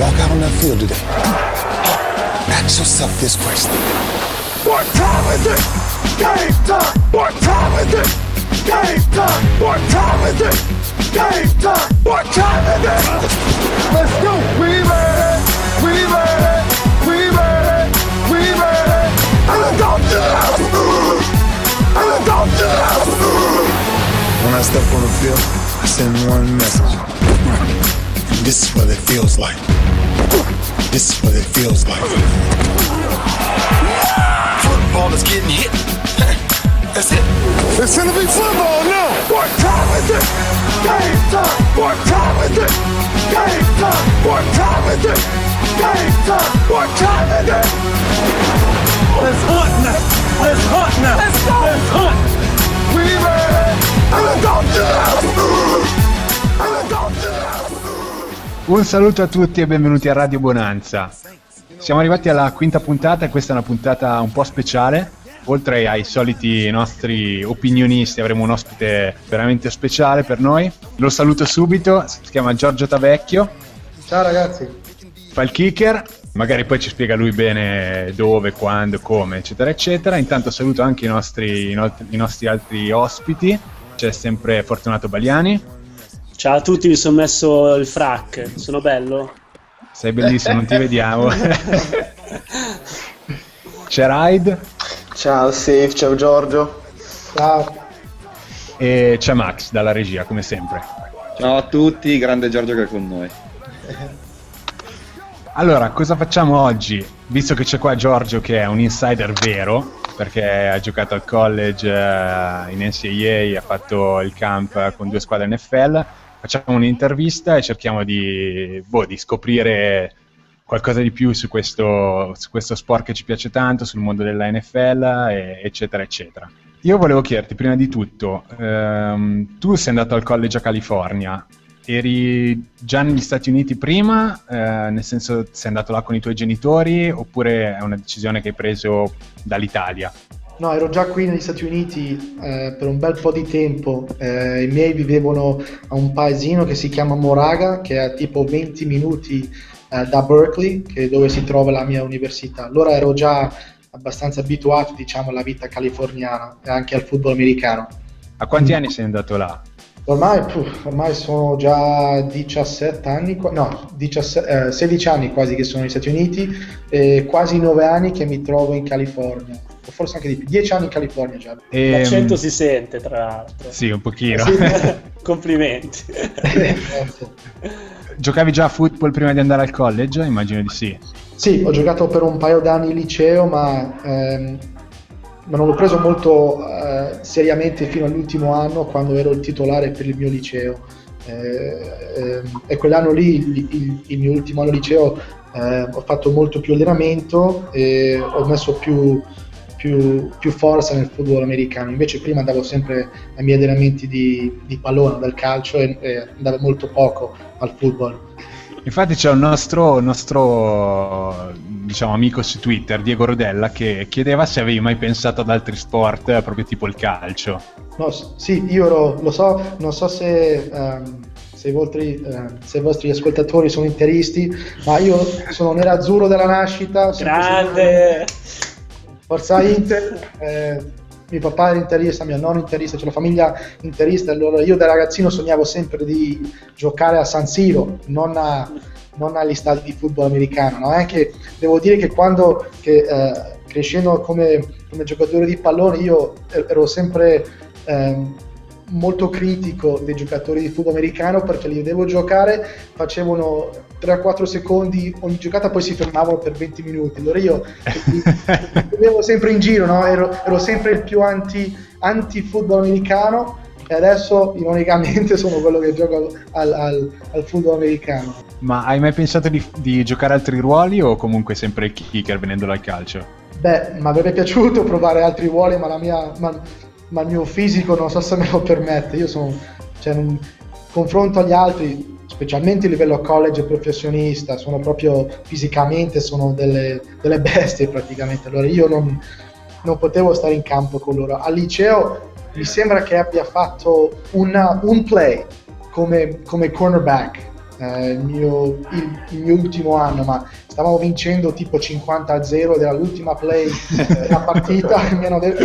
walk out on that field today, ask yourself this question. What time is it? Game time! What time is it? Game time! What time is it? Game time! What time is it? Let's go! We ready! We ready! We ready! We ready! I'm going to the house! I'm going to the house! When I step on the field, I send one message. This is what it feels like. This is what it feels like. Football is getting hit. That's it. It's gonna be football now. What time is it? Game time. What time is it? Game time. What time is it? Game time. What time is it? It's hot now. It's hot now. Let's go. It's hot. We ready? I'm going to the house. I'm going to the house. Un saluto a tutti e benvenuti a Radio Bonanza. Siamo arrivati alla quinta puntata e questa è una puntata un po' speciale. Oltre ai soliti nostri opinionisti avremo un ospite veramente speciale per noi. Lo saluto subito, si chiama Giorgio Tavecchio. Ciao ragazzi. Fa il kicker, magari poi ci spiega lui bene dove, quando, come, eccetera eccetera. Intanto saluto anche i nostri altri ospiti. C'è sempre Fortunato Baliani. Ciao a tutti, mi sono messo il frac, sono bello? Sei bellissimo, non ti vediamo. C'è Raid. Ciao Steve, ciao Giorgio. Ciao. E c'è Max dalla regia, come sempre. Ciao a tutti, grande Giorgio che è con noi. Allora, cosa facciamo oggi? Visto che c'è qua Giorgio che è un insider vero, perché ha giocato al college in NCAA, ha fatto il camp con 2 squadre NFL, facciamo un'intervista e cerchiamo di scoprire qualcosa di più su questo sport che ci piace tanto, sul mondo della NFL, eccetera eccetera. Io volevo chiederti prima di tutto, tu sei andato al college a California, eri già negli Stati Uniti prima, nel senso sei andato là con i tuoi genitori oppure è una decisione che hai preso dall'Italia? No, ero già qui negli Stati Uniti per un bel po' di tempo. I miei vivevano a un paesino che si chiama Moraga, che è tipo 20 minuti da Berkeley, che è dove si trova la mia università. Allora ero già abbastanza abituato, diciamo, alla vita californiana e anche al football americano. A quanti anni sei andato là? Ormai sono già 17 anni, 16 anni quasi che sono negli Stati Uniti e quasi 9 anni che mi trovo in California, o forse anche di più, 10 anni in California già. L'accento si sente, tra l'altro. Sì, un pochino. Sì. Complimenti. Giocavi già a football prima di andare al college? Immagino di sì. Sì, ho giocato per un paio d'anni in liceo, ma non l'ho preso molto seriamente fino all'ultimo anno, quando ero il titolare per il mio liceo. E quell'anno lì, il mio ultimo anno liceo, ho fatto molto più allenamento e ho messo più forza nel football americano. Invece prima andavo sempre ai miei allenamenti di pallone, del calcio, e andavo molto poco al football. Infatti c'è un nostro diciamo amico su Twitter, Diego Rodella, che chiedeva se avevi mai pensato ad altri sport proprio tipo il calcio. No, sì, io lo so, non so se i vostri ascoltatori sono interisti, ma io sono nerazzurro dalla nascita. Grande! Forza Inter. Mio papà era interista, mio nonno interista, c'è la famiglia interista. Allora io da ragazzino sognavo sempre di giocare a San Siro, non agli stadi di football americano, no? Anche devo dire che crescendo come giocatore di pallone io ero sempre molto critico dei giocatori di football americano, perché li vedevo giocare, facevano 3-4 secondi ogni giocata, poi si fermavano per 20 minuti. Allora io mi vedevo sempre in giro, no? Ero sempre il più anti football americano, e adesso ironicamente sono quello che gioca al football americano. Ma hai mai pensato di giocare altri ruoli o comunque sempre il kicker venendo dal calcio? Beh, mi avrebbe piaciuto provare altri ruoli, ma il mio fisico non so se me lo permette. Io sono, in confronto agli altri, specialmente a livello college professionista, sono proprio fisicamente sono delle bestie praticamente. Allora io non potevo stare in campo con loro. Al liceo mi sembra che abbia fatto un play come cornerback, il mio ultimo anno, ma stavamo vincendo tipo 50-0 ed era l'ultima play della partita e mi hanno detto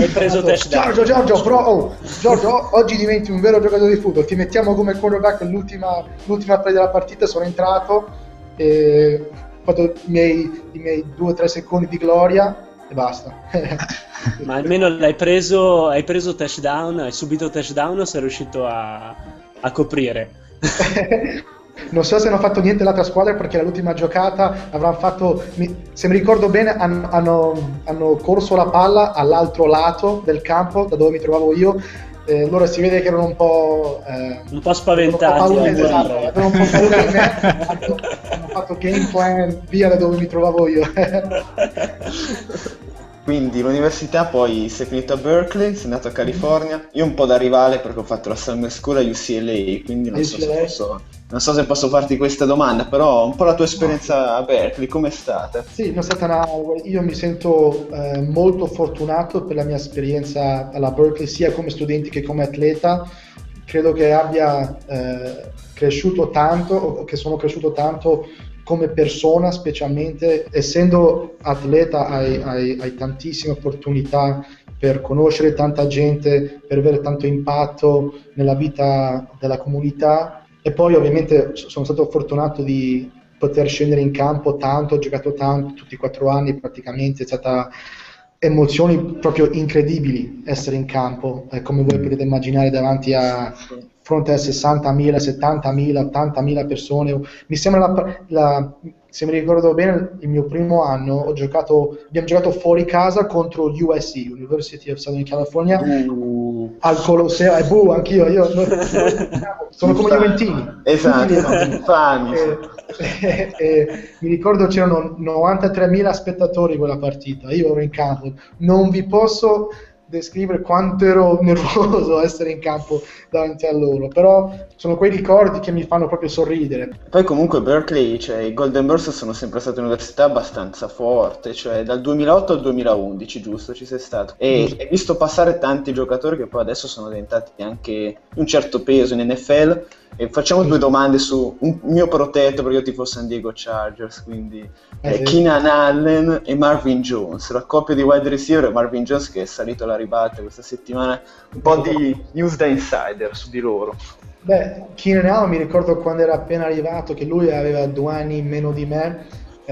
Giorgio, oggi diventi un vero giocatore di football, ti mettiamo come quarterback l'ultima play della partita. Sono entrato e ho fatto i miei 2 o 3 secondi di gloria e basta. Ma almeno hai preso touchdown, hai subito touchdown o sei riuscito a coprire? Non so se hanno fatto niente l'altra squadra, perché l'ultima giocata avranno fatto, se mi ricordo bene, hanno corso la palla all'altro lato del campo da dove mi trovavo io. Allora si vede che erano un po' spaventati, avevano un po' paura di me. Hanno fatto game plan via da dove mi trovavo io. Quindi l'università, poi sei finito a Berkeley, sei andato a California, io un po' da rivale perché ho fatto la summer school a UCLA, quindi non so se posso farti questa domanda, però un po' la tua esperienza a Berkeley, com'è stata? Sì, io mi sento molto fortunato per la mia esperienza alla Berkeley, sia come studente che come atleta. Credo che abbia cresciuto tanto, o che sono cresciuto tanto come persona, specialmente essendo atleta hai tantissime opportunità per conoscere tanta gente, per avere tanto impatto nella vita della comunità. E poi ovviamente sono stato fortunato di poter scendere in campo tanto, ho giocato tanto, tutti i 4 anni praticamente, è stata emozioni proprio incredibili essere in campo, come voi potete immaginare, davanti a fronte a 60.000, 70.000, 80.000 persone. Mi sembra se mi ricordo bene, il mio primo anno abbiamo giocato fuori casa contro USC, University of Southern California, al Colosseo, anch'io sono come gli Juventini. Esatto, mi ricordo c'erano 93.000 spettatori quella partita, io ero in campo, non vi posso descrivere quanto ero nervoso a essere in campo davanti a loro, però sono quei ricordi che mi fanno proprio sorridere. Poi comunque Berkeley, cioè i Golden Bears sono sempre state un'università abbastanza forte, cioè dal 2008 al 2011, giusto? Ci sei stato e hai visto passare tanti giocatori che poi adesso sono diventati anche un certo peso in NFL. E facciamo 2 domande su un mio protetto, perché io tifo San Diego Chargers, quindi Keenan Allen e Marvin Jones, la coppia di wide receiver. Marvin Jones che è salito alla ribalta questa settimana, un po' di news da insider su di loro. Keenan Allen, mi ricordo quando era appena arrivato che lui aveva 2 anni in meno di me,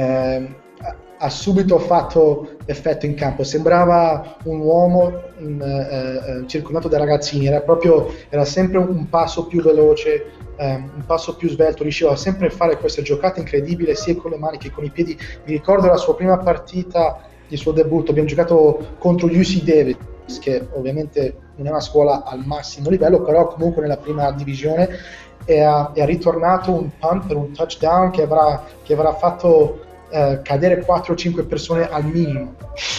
ha subito fatto effetto in campo, sembrava un uomo circondato da ragazzini, era sempre un passo più veloce, un passo più svelto, riusciva sempre a fare queste giocate incredibili sia con le mani che con i piedi. Mi ricordo la sua prima partita, il suo debutto, abbiamo giocato contro UC Davis, che ovviamente non è una scuola al massimo livello, però comunque nella prima divisione, e ha ritornato un punt per un touchdown che avrà fatto cadere 4 o 5 persone al minimo.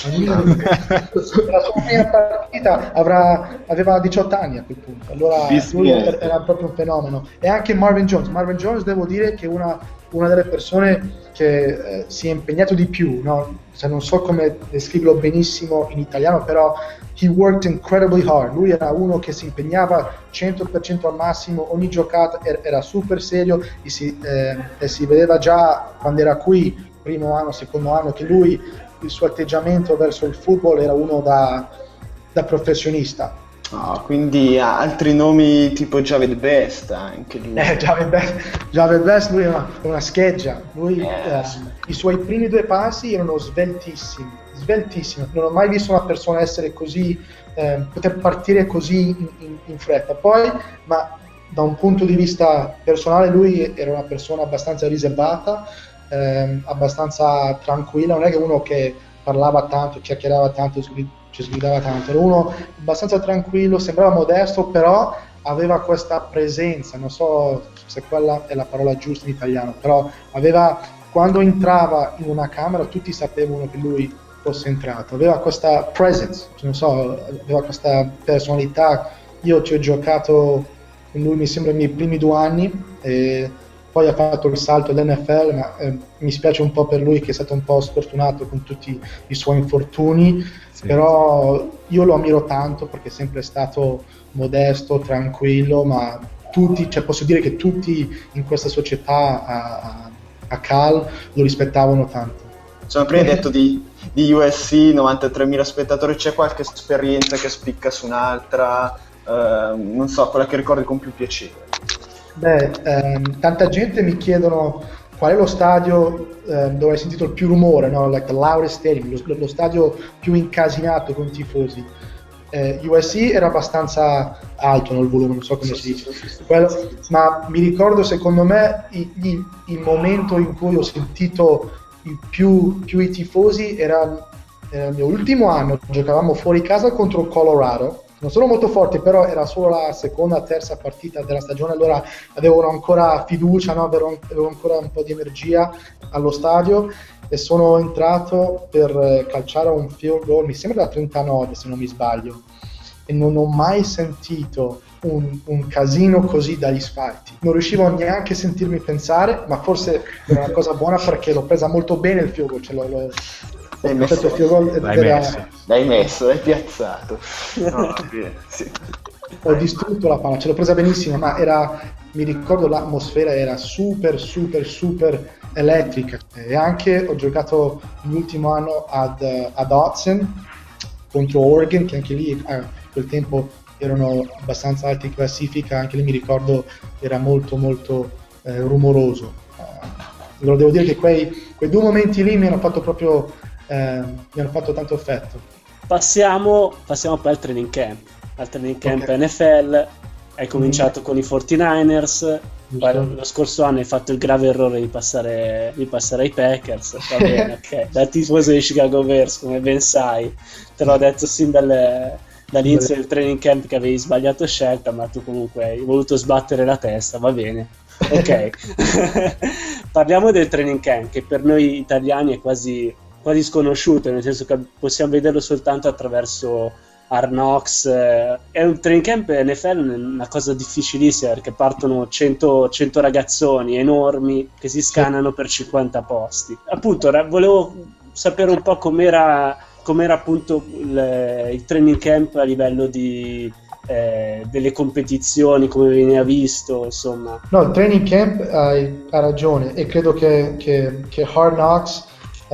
La sua prima partita aveva 18 anni a quel punto, allora lui era proprio un fenomeno. E anche Marvin Jones devo dire che è una delle persone che si è impegnato di più, no? Non so come descriverlo benissimo in italiano, però he worked incredibly hard. Lui era uno che si impegnava 100% al massimo, ogni giocata era super serio, e si vedeva già quando era qui, primo anno, secondo anno, che lui, il suo atteggiamento verso il football era uno da professionista. Quindi altri nomi tipo Javed Best, anche lui. Javed Best, lui è una scheggia. Lui, i suoi primi 2 passi erano sveltissimi. Non ho mai visto una persona essere così, poter partire così in fretta. Poi, ma da un punto di vista personale, lui era una persona abbastanza riservata, abbastanza tranquilla. Non è che uno che parlava tanto, chiacchierava tanto, ci sgridava tanto, era uno abbastanza tranquillo, sembrava modesto, però aveva questa presenza, non so se quella è la parola giusta in italiano, però quando entrava in una camera tutti sapevano che lui fosse entrato, aveva questa presence, aveva questa personalità. Io ci ho giocato con lui, mi sembra, i miei primi 2 anni, e poi ha fatto il salto all'NFL, ma mi spiace un po' per lui, che è stato un po' sfortunato con tutti i suoi infortuni, però io lo ammiro tanto perché è sempre stato modesto, tranquillo, ma tutti, cioè posso dire che tutti in questa società a Cal lo rispettavano tanto. Insomma, prima hai detto di USC, 93.000 spettatori, c'è qualche esperienza che spicca su un'altra, non so, quella che ricordi con più piacere? Tanta gente mi chiedono qual è lo stadio dove hai sentito il più rumore, no? Like the loudest stadium, lo stadio più incasinato con tifosi. USC era abbastanza alto nel volume, non so come si dice, ma mi ricordo, secondo me il momento in cui ho sentito più i tifosi era il mio ultimo anno. Giocavamo fuori casa contro il Colorado, non sono molto forti, però era solo la seconda, terza partita della stagione, allora avevano ancora fiducia, no? avevo ancora un po' di energia allo stadio, e sono entrato per calciare un field goal, mi sembra da 39 se non mi sbaglio, e non ho mai sentito un casino così dagli spalti. Non riuscivo neanche a sentirmi pensare, ma forse era una cosa buona perché l'ho presa molto bene il field goal, l'hai messo, l'hai piazzato. No, sì. Ho distrutto la palla, ce l'ho presa benissimo, ma mi ricordo l'atmosfera era super elettrica. E anche ho giocato l'ultimo anno ad Autzen contro Oregon, che anche lì a quel tempo erano abbastanza alti in classifica, anche lì mi ricordo era molto rumoroso. Allora devo dire che quei due momenti lì mi hanno fatto proprio mi hanno fatto tanto effetto. Passiamo poi al training camp. Al training camp okay. NFL hai cominciato con i 49ers, poi lo scorso anno hai fatto il grave errore di passare ai Packers, va bene, ok, da tifoso di Chicago Bears, come ben sai, te l'ho detto sin dall'inizio del training camp che avevi sbagliato scelta, ma tu comunque hai voluto sbattere la testa, va bene, ok. Parliamo del training camp, che per noi italiani è quasi sconosciuto, nel senso che possiamo vederlo soltanto attraverso Hard Knocks. È un training camp NFL, una cosa difficilissima, perché partono 100 ragazzoni enormi che si scannano per 50 posti. Appunto, volevo sapere un po' com'era appunto il training camp a livello di delle competizioni, come veniva visto, insomma. No, il training camp hai ragione, e credo che Hard Knocks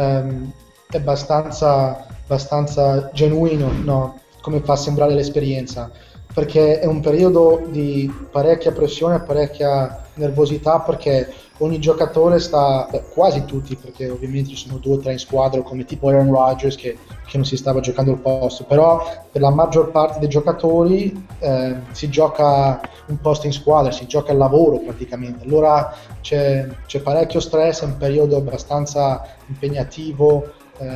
è abbastanza genuino, no? Come fa sembrare l'esperienza, perché è un periodo di parecchia pressione, parecchia nervosità, perché ogni giocatore quasi tutti, perché ovviamente ci sono 2 o 3 in squadra come tipo Aaron Rodgers che non si stava giocando il posto, però per la maggior parte dei giocatori si gioca un posto in squadra, si gioca il lavoro praticamente, allora c'è parecchio stress, è un periodo abbastanza impegnativo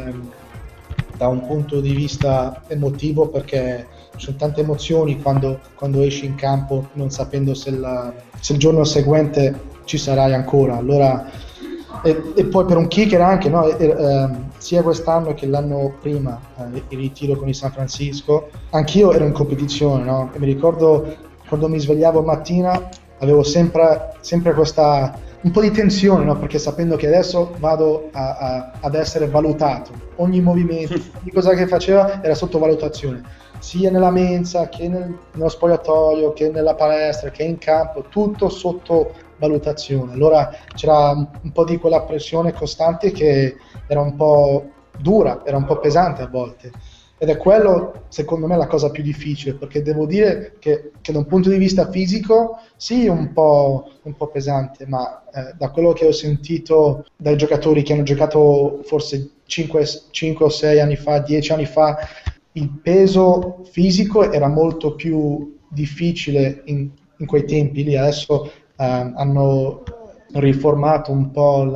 da un punto di vista emotivo, perché ci sono tante emozioni quando esci in campo non sapendo se il giorno seguente ci sarai ancora. Allora, e poi per un kicker anche, no? Sia quest'anno che l'anno prima, il ritiro con il San Francisco, anch'io ero in competizione, no? E mi ricordo quando mi svegliavo mattina avevo sempre questa un po' di tensione, no? Perché sapendo che adesso vado ad essere valutato, ogni movimento, ogni cosa che faceva era sotto valutazione, sia nella mensa che nello spogliatoio, che nella palestra, che in campo, tutto sotto valutazione. Allora c'era un po' di quella pressione costante che era un po' dura, era un po' pesante a volte, ed è quello secondo me la cosa più difficile, perché devo dire che da un punto di vista fisico sì, un po' pesante, ma da quello che ho sentito dai giocatori che hanno giocato forse 5 o 6 anni fa, 10 anni fa, il peso fisico era molto più difficile in quei tempi lì. Adesso hanno riformato un po'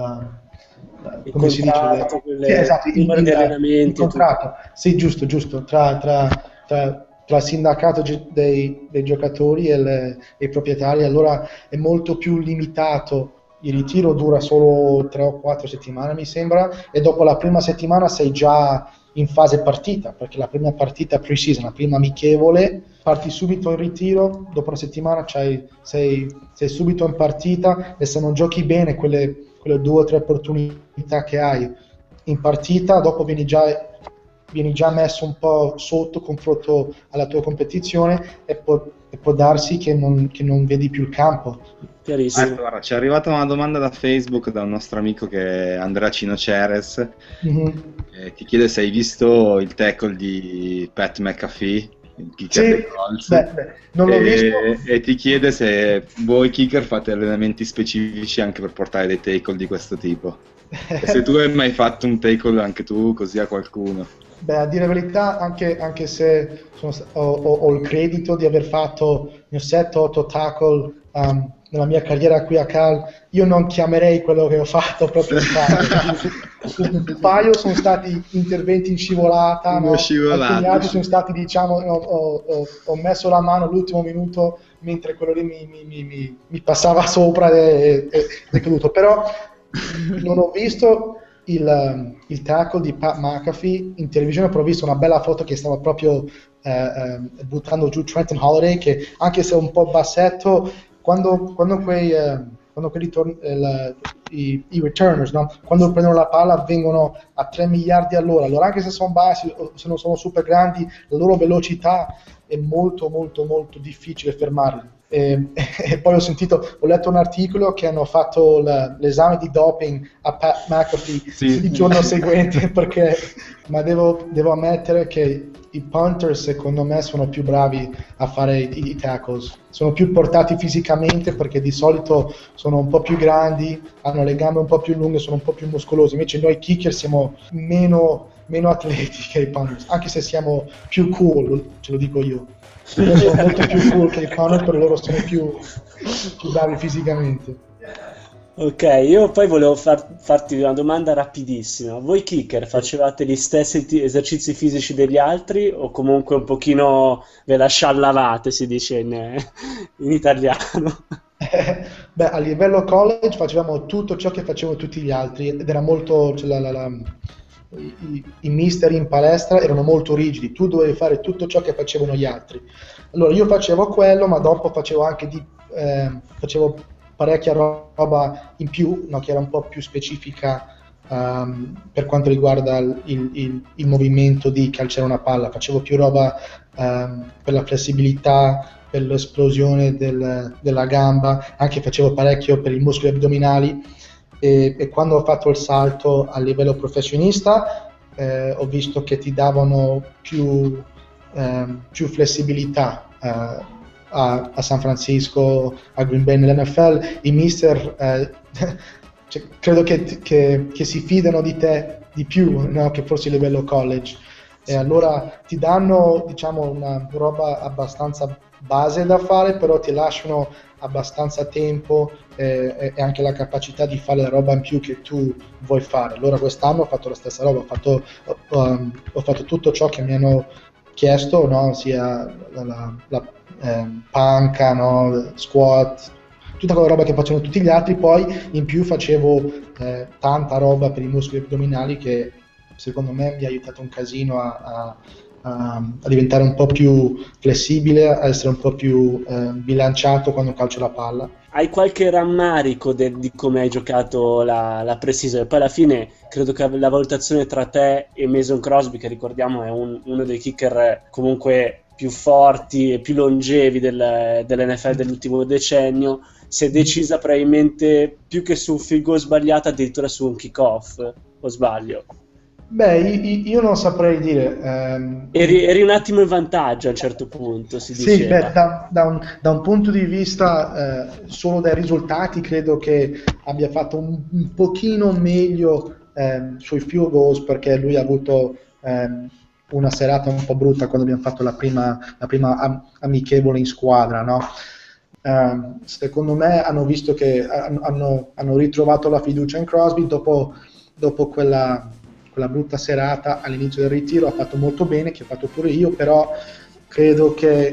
come si dice? Sì, esatto, il contratto. Sì, giusto, tra il sindacato dei giocatori e i proprietari, allora è molto più limitato. Il ritiro dura solo 3 o 4 settimane, mi sembra, e dopo la prima settimana sei già in fase partita, perché la prima partita pre-season, la prima amichevole, parti subito in ritiro, dopo una settimana sei subito in partita, e se non giochi bene quelle 2 o 3 opportunità che hai in partita, dopo vieni già vieni già messo un po' sotto confronto alla tua competizione e può darsi che non vedi più il campo. Chiarissimo. Guarda, ci è arrivata una domanda da Facebook da un nostro amico che è Andrea Cinoceres, ti chiede se hai visto il tackle di Pat McAfee, il kicker dei Colts, non l'ho visto. E ti chiede se voi kicker fate allenamenti specifici anche per portare dei tackle di questo tipo. E se tu hai mai fatto un tackle anche tu così a qualcuno. Beh, a dire la verità, anche se ho il credito di aver fatto 7-8 tackle nella mia carriera qui a Cal, io non chiamerei quello che ho fatto proprio un paio sono stati interventi in scivolata, alcuni altri sono stati, diciamo, ho messo la mano all'ultimo minuto mentre quello lì mi passava sopra ed è caduto, però non ho visto il tackle di Pat McAfee in televisione, però ho visto una bella foto che stava proprio buttando giù Trenton Holiday, che anche se è un po' bassetto, quando i returners, no? Quando prendono la palla vengono a 3 miliardi all'ora, allora anche se sono bassi o se non sono super grandi, la loro velocità è molto molto molto difficile fermarli. E poi ho letto un articolo che hanno fatto l'esame di doping a Pat McAfee il giorno seguente, ma devo ammettere che i punter secondo me sono più bravi a fare i tackles, sono più portati fisicamente perché di solito sono un po' più grandi, hanno le gambe un po' più lunghe, sono un po' più muscolosi, invece noi kicker siamo meno atleti che i punters, anche se siamo più cool, ce lo dico io. Sono molto più cool che i punter, però loro sono più bravi fisicamente. Ok, io poi volevo farti una domanda rapidissima. Voi kicker facevate gli stessi esercizi fisici degli altri o comunque un pochino ve la sciallavate, si dice in italiano? Beh, a livello college facevamo tutto ciò che facevano tutti gli altri ed era molto... i mister in palestra erano molto rigidi, tu dovevi fare tutto ciò che facevano gli altri. Allora io facevo quello, ma dopo facevo anche facevo parecchia roba in più, no, che era un po' più specifica per quanto riguarda il movimento di calciare una palla. Facevo più roba per la flessibilità, per l'esplosione della gamba, anche facevo parecchio per i muscoli addominali. E quando ho fatto il salto a livello professionista ho visto che ti davano più flessibilità a San Francisco, a Green Bay, nell'NFL. I mister credo che si fidano di te di più, no? Che forse a livello college, e allora ti danno, diciamo, una roba abbastanza base da fare, però ti lasciano abbastanza tempo e anche la capacità di fare la roba in più che tu vuoi fare. Allora quest'anno ho fatto la stessa roba, ho fatto tutto ciò che mi hanno chiesto, no? Sia la panca, no? Squat, tutta quella roba che facevano tutti gli altri. Poi in più facevo tanta roba per i muscoli addominali che secondo me mi ha aiutato un casino a diventare un po' più flessibile, a essere un po' più bilanciato quando calcio la palla. Hai qualche rammarico di come hai giocato la pre-season? Poi alla fine credo che la valutazione tra te e Mason Crosby, che ricordiamo è uno dei kicker comunque più forti e più longevi dell'NFL dell'ultimo decennio, si è decisa probabilmente più che su un field goal sbagliato, addirittura su un kick-off, o sbaglio? Beh, io non saprei dire. Eri un attimo in vantaggio a un certo punto, si diceva. Sì, beh, da un punto di vista solo dai risultati credo che abbia fatto un pochino meglio sui field goals, perché lui ha avuto una serata un po' brutta quando abbiamo fatto la prima amichevole in squadra, no? Secondo me hanno visto che hanno ritrovato la fiducia in Crosby dopo quella brutta serata all'inizio del ritiro. Ha fatto molto bene, che ho fatto pure io, però credo che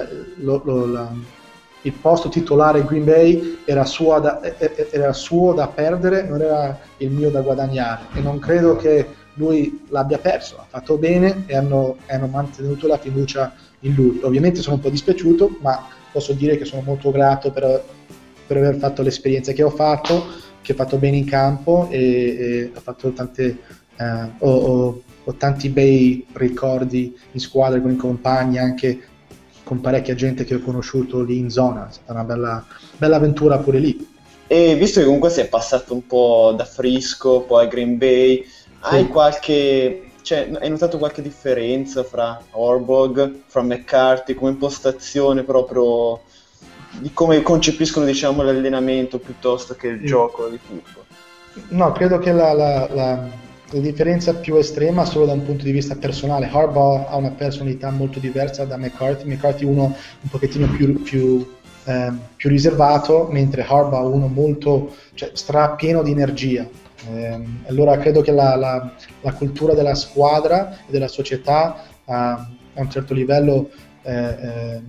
il posto titolare Green Bay era suo da perdere, non era il mio da guadagnare, e non credo che lui l'abbia perso. Ha fatto bene e hanno mantenuto la fiducia in lui. Ovviamente sono un po' dispiaciuto, ma posso dire che sono molto grato per aver fatto l'esperienza che ho fatto bene in campo, e ho fatto tante ho ho tanti bei ricordi in squadra con i compagni, anche con parecchia gente che ho conosciuto lì in zona, è stata una bella avventura pure lì. E visto che comunque sei passato un po' da Frisco, poi a Green Bay, hai notato qualche differenza fra Harbaugh, fra McCarthy, come impostazione proprio di come concepiscono, diciamo, l'allenamento piuttosto che il gioco di football? No, credo che la differenza più estrema solo da un punto di vista personale. Harbaugh ha una personalità molto diversa da McCarthy uno un pochettino più riservato, mentre Harbaugh uno molto, strapieno di energia. Allora credo che la cultura della squadra e della società a un certo livello è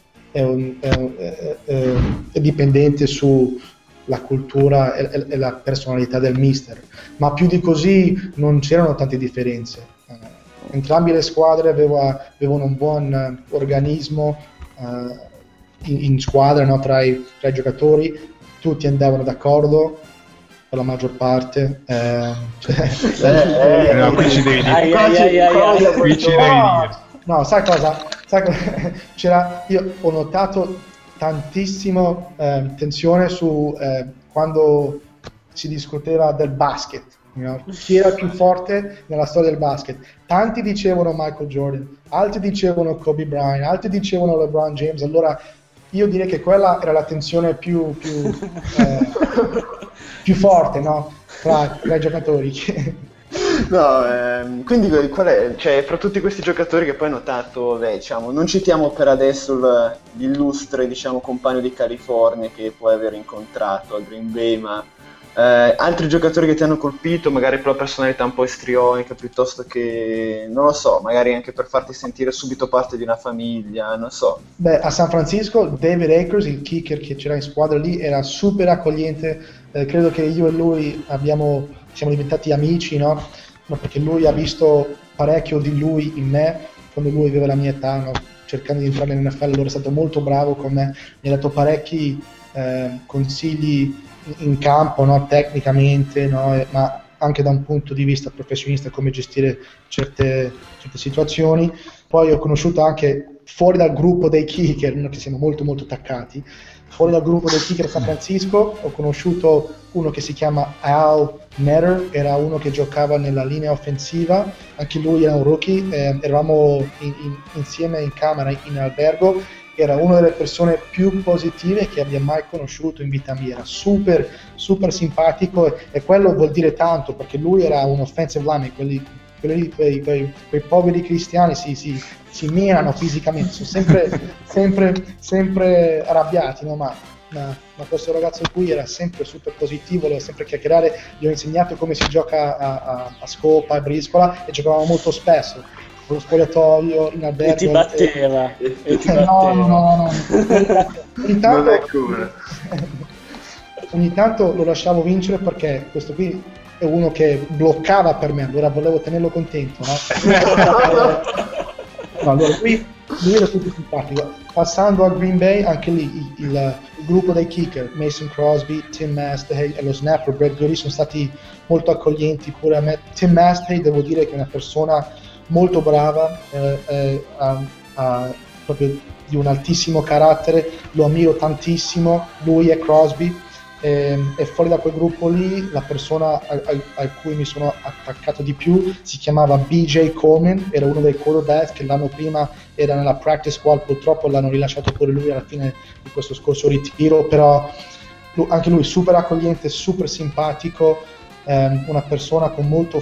dipendente sulla cultura e la personalità del mister, ma più di così non c'erano tante differenze. Entrambe le squadre avevano un buon organismo in squadra, no? tra i giocatori, tutti andavano d'accordo per la maggior parte. No, qui ci devi dire. Qui ci devi dire. No, sai cosa? Io ho notato tantissimo tensione su quando si discuteva del basket, chi era più forte nella storia del basket. Tanti dicevano Michael Jordan, altri dicevano Kobe Bryant, altri dicevano LeBron James. Allora io direi che quella era la tensione più forte, no? tra i giocatori. No, quindi qual è, fra tutti questi giocatori che poi hai notato, diciamo, non citiamo per adesso l'illustre, diciamo, compagno di California che puoi aver incontrato a Green Bay, ma altri giocatori che ti hanno colpito, magari per la personalità un po' istrionica, piuttosto che, non lo so, magari anche per farti sentire subito parte di una famiglia, non so. Beh, a San Francisco David Akers, il kicker che c'era in squadra lì, era super accogliente. Credo che io e lui siamo diventati amici, no? Perché lui ha visto parecchio di lui in me quando lui aveva la mia età, no? Cercando di entrare nell'NFL. Allora è stato molto bravo con me, mi ha dato parecchi consigli in campo, no? Tecnicamente, no? Ma anche da un punto di vista professionista, come gestire certe situazioni. Poi ho conosciuto anche fuori dal gruppo dei kicker, che siamo molto molto attaccati, fuori dal gruppo dei kicker a San Francisco ho conosciuto uno che si chiama Al Netter, era uno che giocava nella linea offensiva, anche lui era un rookie, eravamo insieme in camera in albergo. Era una delle persone più positive che abbia mai conosciuto in vita mia, era super super simpatico, e quello vuol dire tanto, perché lui era un offensive lineman, quei poveri cristiani si menano fisicamente, sono sempre arrabbiati, no? Ma questo ragazzo qui era sempre super positivo, voleva sempre chiacchierare. Gli ho insegnato come si gioca a scopa, a briscola, e giocavamo molto spesso con lo spogliatoio in albergo. E ti batteva. No. Ogni tanto lo lasciavo vincere, perché questo qui è uno che bloccava per me, allora volevo tenerlo contento, no? Allora lui era tutto simpatico. Passando a Green Bay, anche lì il gruppo dei kicker, Mason Crosby, Tim Masthay e lo snapper Brett Goody, sono stati molto accoglienti pure a me. Tim Masthay, devo dire che è una persona molto brava, proprio di un altissimo carattere, lo ammiro tantissimo, lui e Crosby. E fuori da quel gruppo lì, la persona a cui mi sono attaccato di più si chiamava BJ Coleman, era uno dei quarterbacks che l'anno prima era nella practice squad, purtroppo l'hanno rilasciato pure lui alla fine di questo scorso ritiro, però anche lui super accogliente, super simpatico, una persona con molta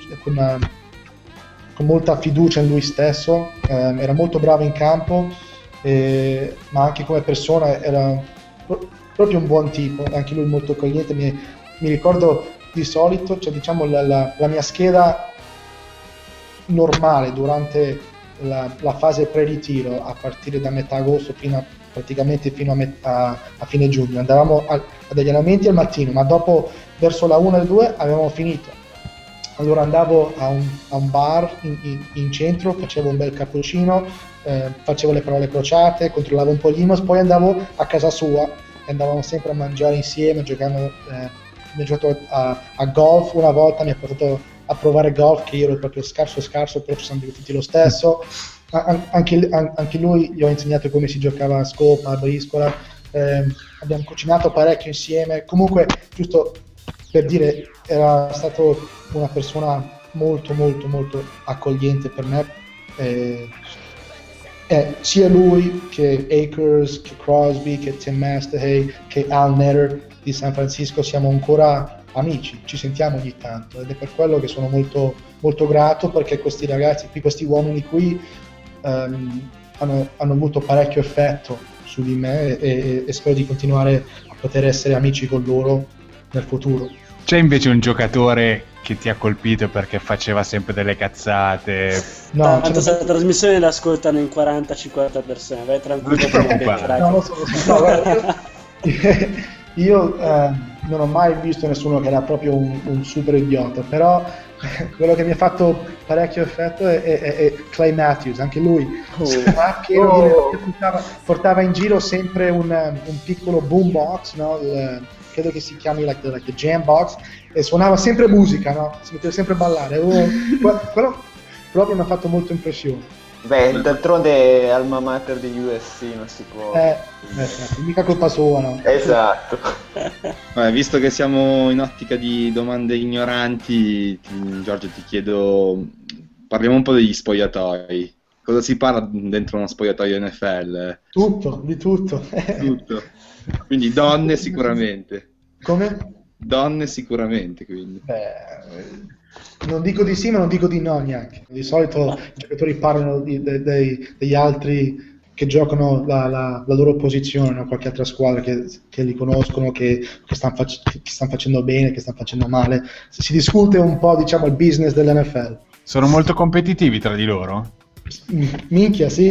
fiducia in lui stesso, era molto bravo in campo, ma anche come persona era proprio un buon tipo, anche lui molto accogliente. Mi ricordo di solito, diciamo la mia scheda normale durante la fase pre-ritiro, a partire da metà agosto praticamente fino a fine giugno. Andavamo a degli allenamenti al mattino, ma dopo verso la 1 e le 2 avevamo finito. Allora andavo a un bar in centro, facevo un bel cappuccino, facevo le parole crociate, controllavo un po' gli email, poi andavo a casa sua. Andavamo sempre a mangiare insieme, abbiamo giocato a golf. Una volta mi ha portato a provare golf, che io ero proprio scarso, però ci siamo divertiti lo stesso. Anche lui gli ho insegnato come si giocava a scopa, a briscola, abbiamo cucinato parecchio insieme. Comunque, giusto per dire, era stato una persona molto accogliente per me, sia lui che Akers, che Crosby, che Tim Mastahey, che Al Netter di San Francisco. Siamo ancora amici, ci sentiamo ogni tanto, ed è per quello che sono molto grato, perché questi ragazzi qui, questi uomini qui hanno avuto parecchio effetto su di me, e spero di continuare a poter essere amici con loro nel futuro. C'è invece un giocatore che ti ha colpito perché faceva sempre delle cazzate? No, questa trasmissione l'ascoltano in 40-50 persone, vai tranquillo. Io non ho mai visto nessuno che era proprio un super idiota, però quello che mi ha fatto parecchio effetto è Clay Matthews, anche lui. Portava in giro sempre un piccolo boombox, no? Credo che si chiami like the jam box, e suonava sempre musica, no? Si metteva sempre a ballare. Quello proprio mi ha fatto molto impressione. Beh, d'altronde alma mater di USC non si può. Mica colpa sua, no? Esatto. Vabbè, visto che siamo in ottica di domande ignoranti, Giorgio, ti chiedo, parliamo un po' degli spogliatoi. Cosa si parla dentro uno spogliatoio NFL? Di tutto. Tutto. Quindi donne sicuramente. Come? Donne sicuramente, quindi. Non dico di sì, ma non dico di no neanche. Di solito i giocatori parlano degli altri che giocano la loro posizione, no? Qualche altra squadra che li conoscono, che stanno facendo bene, che stanno facendo male. Si discute un po', diciamo, il business dell'NFL. Sono molto competitivi tra di loro? Minchia, sì.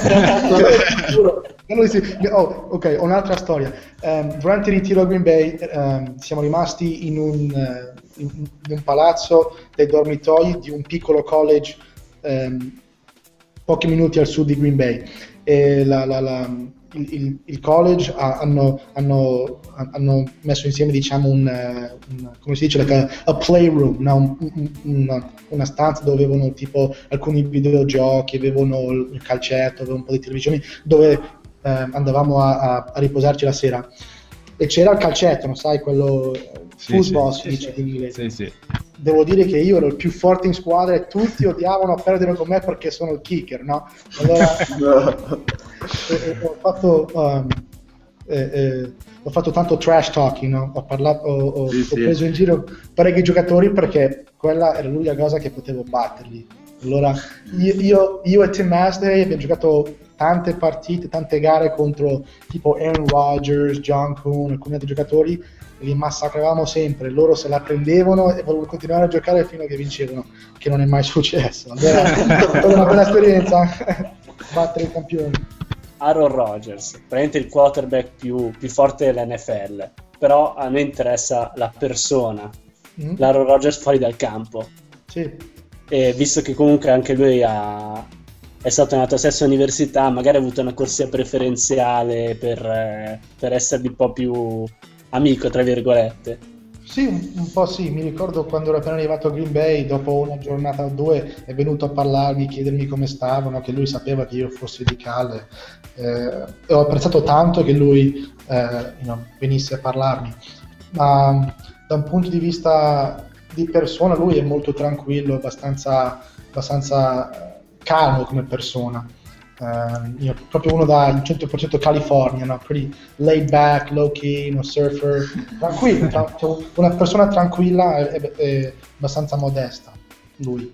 Ok, un'altra storia. Durante il ritiro a Green Bay siamo rimasti in un palazzo dei dormitoi di un piccolo college pochi minuti al sud di Green Bay, e il college hanno messo insieme, diciamo, come si dice, like a playroom, no? una stanza dove avevano tipo alcuni videogiochi, avevano il calcetto, avevano un po' di televisioni dove andavamo a riposarci la sera, e c'era il calcetto, non sai, quello football, si dice in inglese. Sì. Devo dire che io ero il più forte in squadra e tutti odiavano perdere con me perché sono il kicker, no? Allora ho fatto tanto trash talking, no? Ho preso in giro parecchi giocatori perché quella era l'unica cosa che potevo batterli. Allora io e Tim Mastahey abbiamo giocato tante partite, tante gare contro tipo Aaron Rodgers, John Kuhn, alcuni altri giocatori, li massacravamo sempre. Loro se la prendevano e volevano continuare a giocare fino a che vincevano, che non è mai successo. Allora, è una bella esperienza battere i campioni. Aaron Rodgers, praticamente il quarterback più forte dell'NFL, però a noi interessa la persona, l'Aaron Rodgers fuori dal campo. Sì. E visto che comunque anche lui è stato nella tua stessa università, magari ha avuto una corsia preferenziale per esservi un po' più amico, tra virgolette. Sì, un po' sì. Mi ricordo quando ero appena arrivato a Green Bay, dopo una giornata o due, è venuto a parlarmi, chiedermi come stavano, che lui sapeva che io fossi di Calle. E ho apprezzato tanto che lui venisse a parlarmi. Ma da un punto di vista di persona, lui è molto tranquillo, abbastanza calmo come persona. Proprio uno da 100% California, no? Pretty laid back, low key, surfer, tranquillo, una persona tranquilla e abbastanza modesta, lui.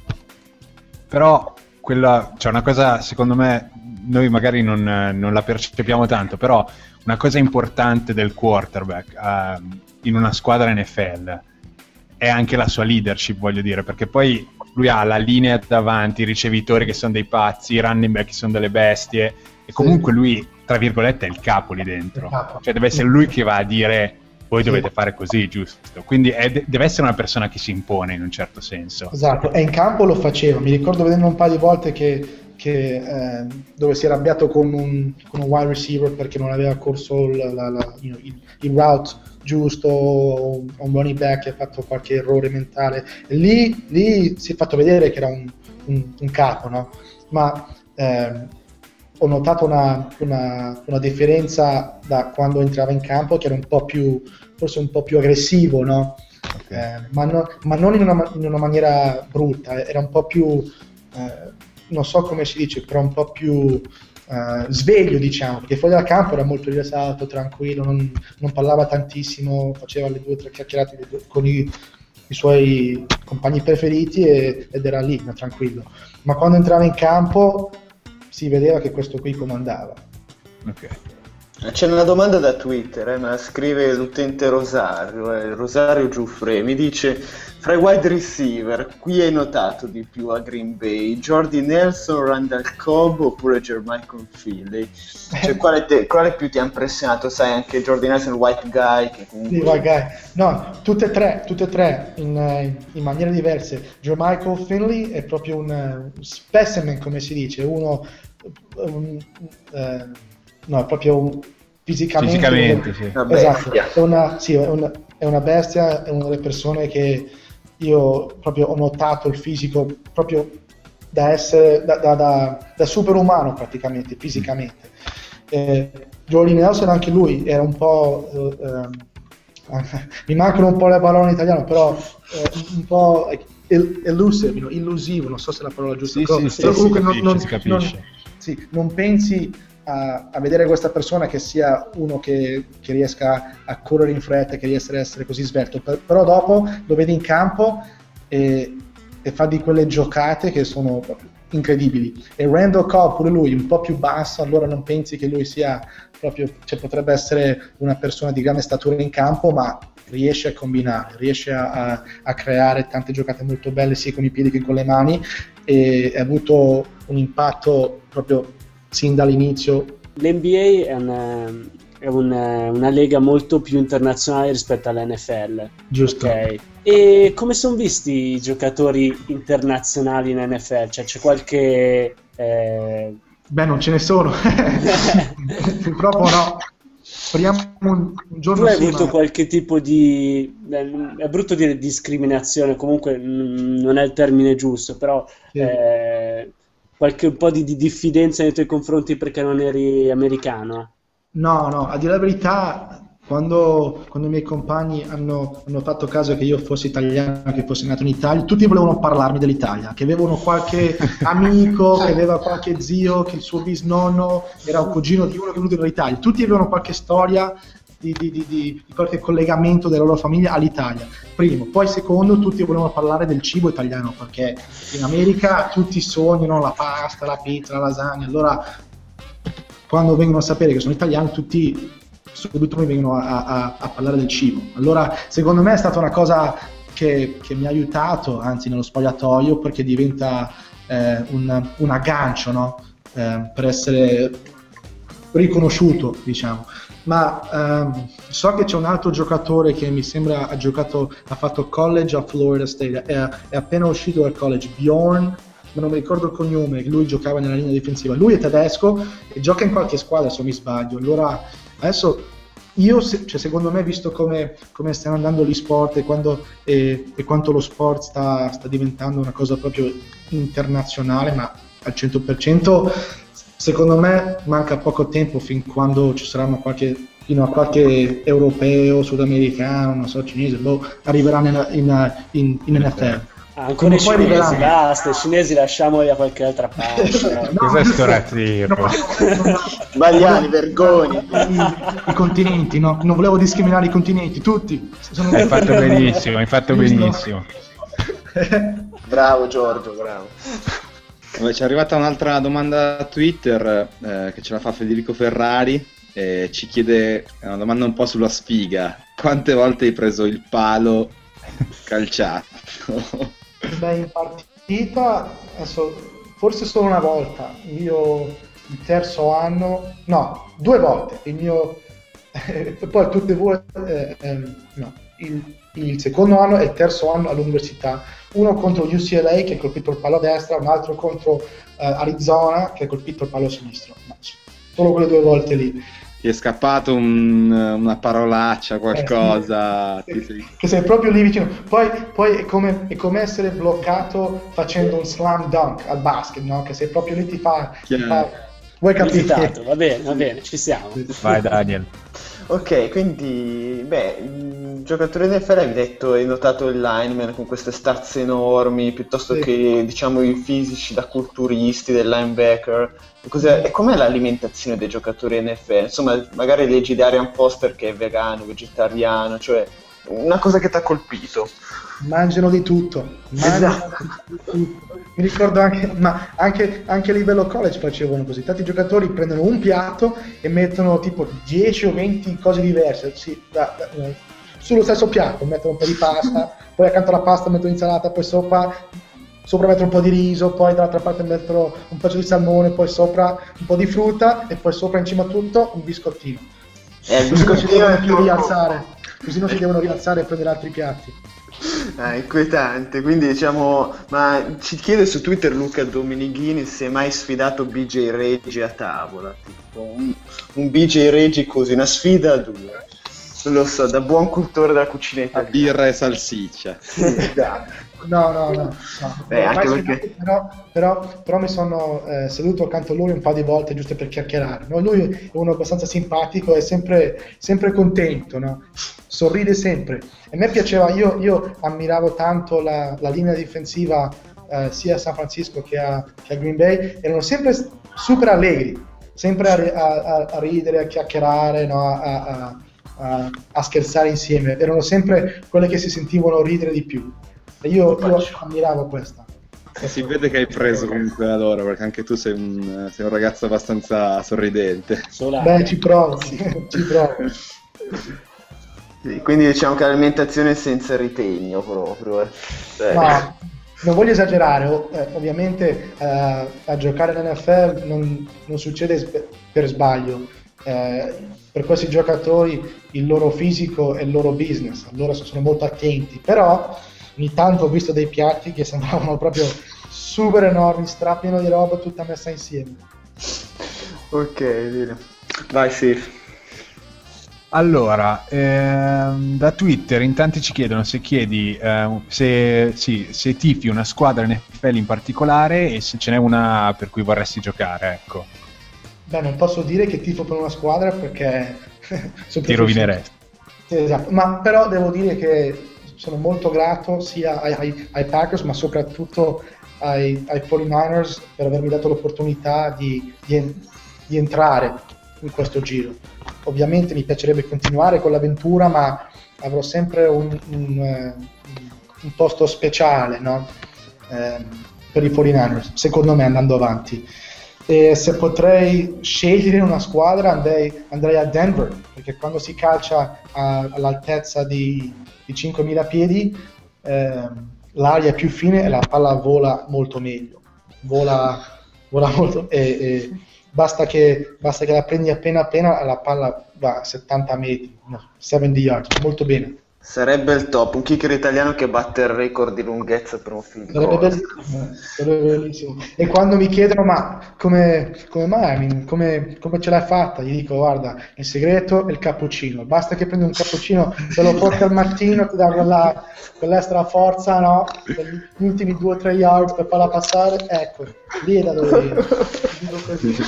Però c'è una cosa, secondo me, noi magari non la percepiamo tanto, però una cosa importante del quarterback in una squadra NFL è anche la sua leadership, voglio dire, perché poi lui ha la linea davanti, i ricevitori che sono dei pazzi, i running back che sono delle bestie, e comunque lui, tra virgolette, è il capo lì dentro. Cioè deve essere lui che va a dire voi dovete fare così, giusto? Quindi deve essere una persona che si impone in un certo senso. Esatto, e in campo lo faceva. Mi ricordo vedendo un paio di volte che dove si è arrabbiato con un wide receiver perché non aveva corso il route giusto, un running back che ha fatto qualche errore mentale. E lì si è fatto vedere che era un capo, no? Ma ho notato una differenza da quando entrava in campo, che era forse un po' più aggressivo, no? Okay. Ma non in una maniera brutta, era un po' più, non so come si dice, però un po' più sveglio, diciamo, perché fuori dal campo era molto rilassato, tranquillo, non parlava tantissimo, faceva le 2 o 3 chiacchierate con i suoi compagni preferiti ed era lì, tranquillo. Ma quando entrava in campo si vedeva che questo qui comandava. Ok. C'è una domanda da Twitter, me la scrive l'utente Rosario Giuffre, mi dice: fra i wide receiver, qui hai notato di più a Green Bay, Jordy Nelson, Randall Cobb oppure Jermichael Finley? Cioè, quale più ti ha impressionato? Sai, anche Jordy Nelson, il white guy, che comunque... Sì, white guy. No, tutte e tre in maniere diverse. Jermichael Finley è proprio un specimen, come si dice, no, proprio fisicamente sì. Esatto, è una bestia, è una delle persone che io proprio ho notato il fisico proprio da essere da superumano praticamente, fisicamente. Jordy Nelson anche lui era un po' mi mancano un po' le parole in italiano, però un po' illusivo, non so se è la parola giusta. Però comunque si capisce. Non pensi a vedere questa persona che sia uno che riesca a correre in fretta, che riesca a essere così svelto, però dopo lo vedi in campo e fa di quelle giocate che sono incredibili. E Randall Cobb pure lui un po' più basso, allora non pensi che lui sia proprio, cioè potrebbe essere una persona di grande statura in campo, ma riesce a combinare, riesce a creare tante giocate molto belle sia con i piedi che con le mani, e ha avuto un impatto proprio sin dall'inizio. L'NBA è una lega molto più internazionale rispetto all'NFL. Giusto. Okay. E come sono visti i giocatori internazionali in NFL? Cioè, c'è qualche... Beh, non ce ne sono. Purtroppo no. Speriamo un giorno. Tu hai avuto qualche tipo di... è brutto dire discriminazione, comunque non è il termine giusto, però... Sì. Qualche un po' di diffidenza nei tuoi confronti perché non eri americano? No, a dire la verità, quando i miei compagni hanno fatto caso che io fossi italiano, che fossi nato in Italia, tutti volevano parlarmi dell'Italia, che avevano qualche amico, che aveva qualche zio, che il suo bisnonno era un cugino di uno che è venuto dall'Italia, tutti avevano qualche storia di qualche collegamento della loro famiglia all'Italia. Primo, poi secondo, tutti volevano parlare del cibo italiano, perché in America tutti sognano la pasta, la pizza, la lasagna. Allora quando vengono a sapere che sono italiano, tutti subito mi vengono a parlare del cibo. Allora secondo me è stata una cosa che mi ha aiutato, anzi, nello spogliatoio, perché diventa un aggancio, no? Per essere riconosciuto, diciamo. Ma so che c'è un altro giocatore che mi sembra ha fatto college a Florida State, è appena uscito dal college, Bjorn, ma non mi ricordo il cognome, lui giocava nella linea difensiva, lui è tedesco e gioca in qualche squadra, se non mi sbaglio. Allora adesso secondo me, visto come stanno andando gli sport e quanto lo sport sta diventando una cosa proprio internazionale, ma al 100%, secondo me manca poco tempo fin quando ci saranno fino a qualche europeo, sudamericano, non so, cinese, arriverà in NFL. Ancora i cinesi, basta, i cinesi lasciamoli a qualche altra parte. Cos'è sto razzismo? Sbagliani, vergogna. I continenti, no? Non volevo discriminare i continenti, tutti. Hai fatto benissimo. Bravo Giorgio, bravo. Ci è arrivata un'altra domanda a Twitter che ce la fa Federico Ferrari e ci chiede, è una domanda un po' sulla sfiga: quante volte hai preso il palo calciato? Beh, in partita adesso, forse solo una volta. Io il terzo anno, no, 2 volte. Poi tutte e due no, il secondo anno e il terzo anno all'università, uno contro UCLA che ha colpito il palo a destra, un altro contro Arizona che ha colpito il palo a sinistro, solo quelle 2 volte lì. ti è scappato una parolaccia, qualcosa. Sì. Che sei proprio lì vicino. Poi è come essere bloccato facendo un slam dunk al basket, no? Che sei proprio lì, ti fa vuoi capire? Va bene, ci siamo. Vai Daniel. Ok, quindi, il giocatore NFL hai notato il lineman con queste stazze enormi, piuttosto che, diciamo, i fisici da culturisti, del linebacker. E com'è l'alimentazione dei giocatori NFL? Insomma, magari leggi di Arian Foster che è vegano, vegetariano, cioè una cosa che ti ha colpito. Mangiano di tutto. Mi ricordo anche a livello college facevano così. Tanti giocatori prendono un piatto e mettono tipo 10 o 20 cose diverse sullo stesso piatto. Mettono un po' di pasta, poi accanto alla pasta mettono insalata, poi sopra mettono un po' di riso, poi dall'altra parte mettono un pezzo di salmone, poi sopra un po' di frutta e poi sopra in cima a tutto un biscottino. Il biscottino è più rialzare, così non si devono rialzare e prendere altri piatti. Inquietante. Quindi diciamo, ma ci chiede su Twitter Luca Domenighini se hai mai sfidato BJ Reggie a tavola, tipo un BJ Reggie così, una sfida a due, non lo so, da buon cultore della cucina italiana. Birra e salsiccia. No. Anche perché... però mi sono seduto accanto a lui un paio di volte giusto per chiacchierare, no? Lui è uno abbastanza simpatico, è sempre contento, no? Sorride sempre. E a me piaceva, io ammiravo tanto la linea difensiva sia a San Francisco che a Green Bay, erano sempre super allegri, sempre a ridere, a chiacchierare, no? a scherzare insieme, erano sempre quelle che si sentivano ridere di più. E io ammiravo questa. Si vede che hai preso comunque da loro, perché anche tu sei un ragazzo abbastanza sorridente. Beh, ci provo. Sì, quindi diciamo che l'alimentazione è senza ritegno proprio. No, non voglio esagerare, ovviamente a giocare nell'NFL non succede per sbaglio. Per questi giocatori il loro fisico è il loro business, allora sono molto attenti, però ogni tanto ho visto dei piatti che sembravano proprio super enormi, strapieno di roba tutta messa insieme. Ok, bene. Vai, sì. Allora, da Twitter in tanti ci chiedono se tifi una squadra NFL in particolare e se ce n'è una per cui vorresti giocare, ecco. Beh, non posso dire che tifo per una squadra perché ti rovineresti. Esatto, ma però devo dire che sono molto grato sia ai Packers ma soprattutto ai 49ers per avermi dato l'opportunità di entrare in questo giro. Ovviamente mi piacerebbe continuare con l'avventura, ma avrò sempre un posto speciale, no? Per i 49ers, secondo me, andando avanti. E se potrei scegliere una squadra andrei a Denver, perché quando si calcia all'altezza di 5.000 piedi l'aria è più fine e la palla vola molto meglio, vola molto e basta che la prendi appena la palla va a 70 metri, 70 yards, molto bene. Sarebbe il top, un kicker italiano che batte il record di lunghezza per un field goal. Sarebbe bellissimo. E quando mi chiedono ma come mai, come ce l'hai fatta? Gli dico guarda, il segreto è il cappuccino, basta che prendi un cappuccino, te lo porti al mattino, ti dà quell'extra forza, no? Per gli ultimi 2 o 3 yards per farla passare, ecco, lì è da dove viene. Dico così.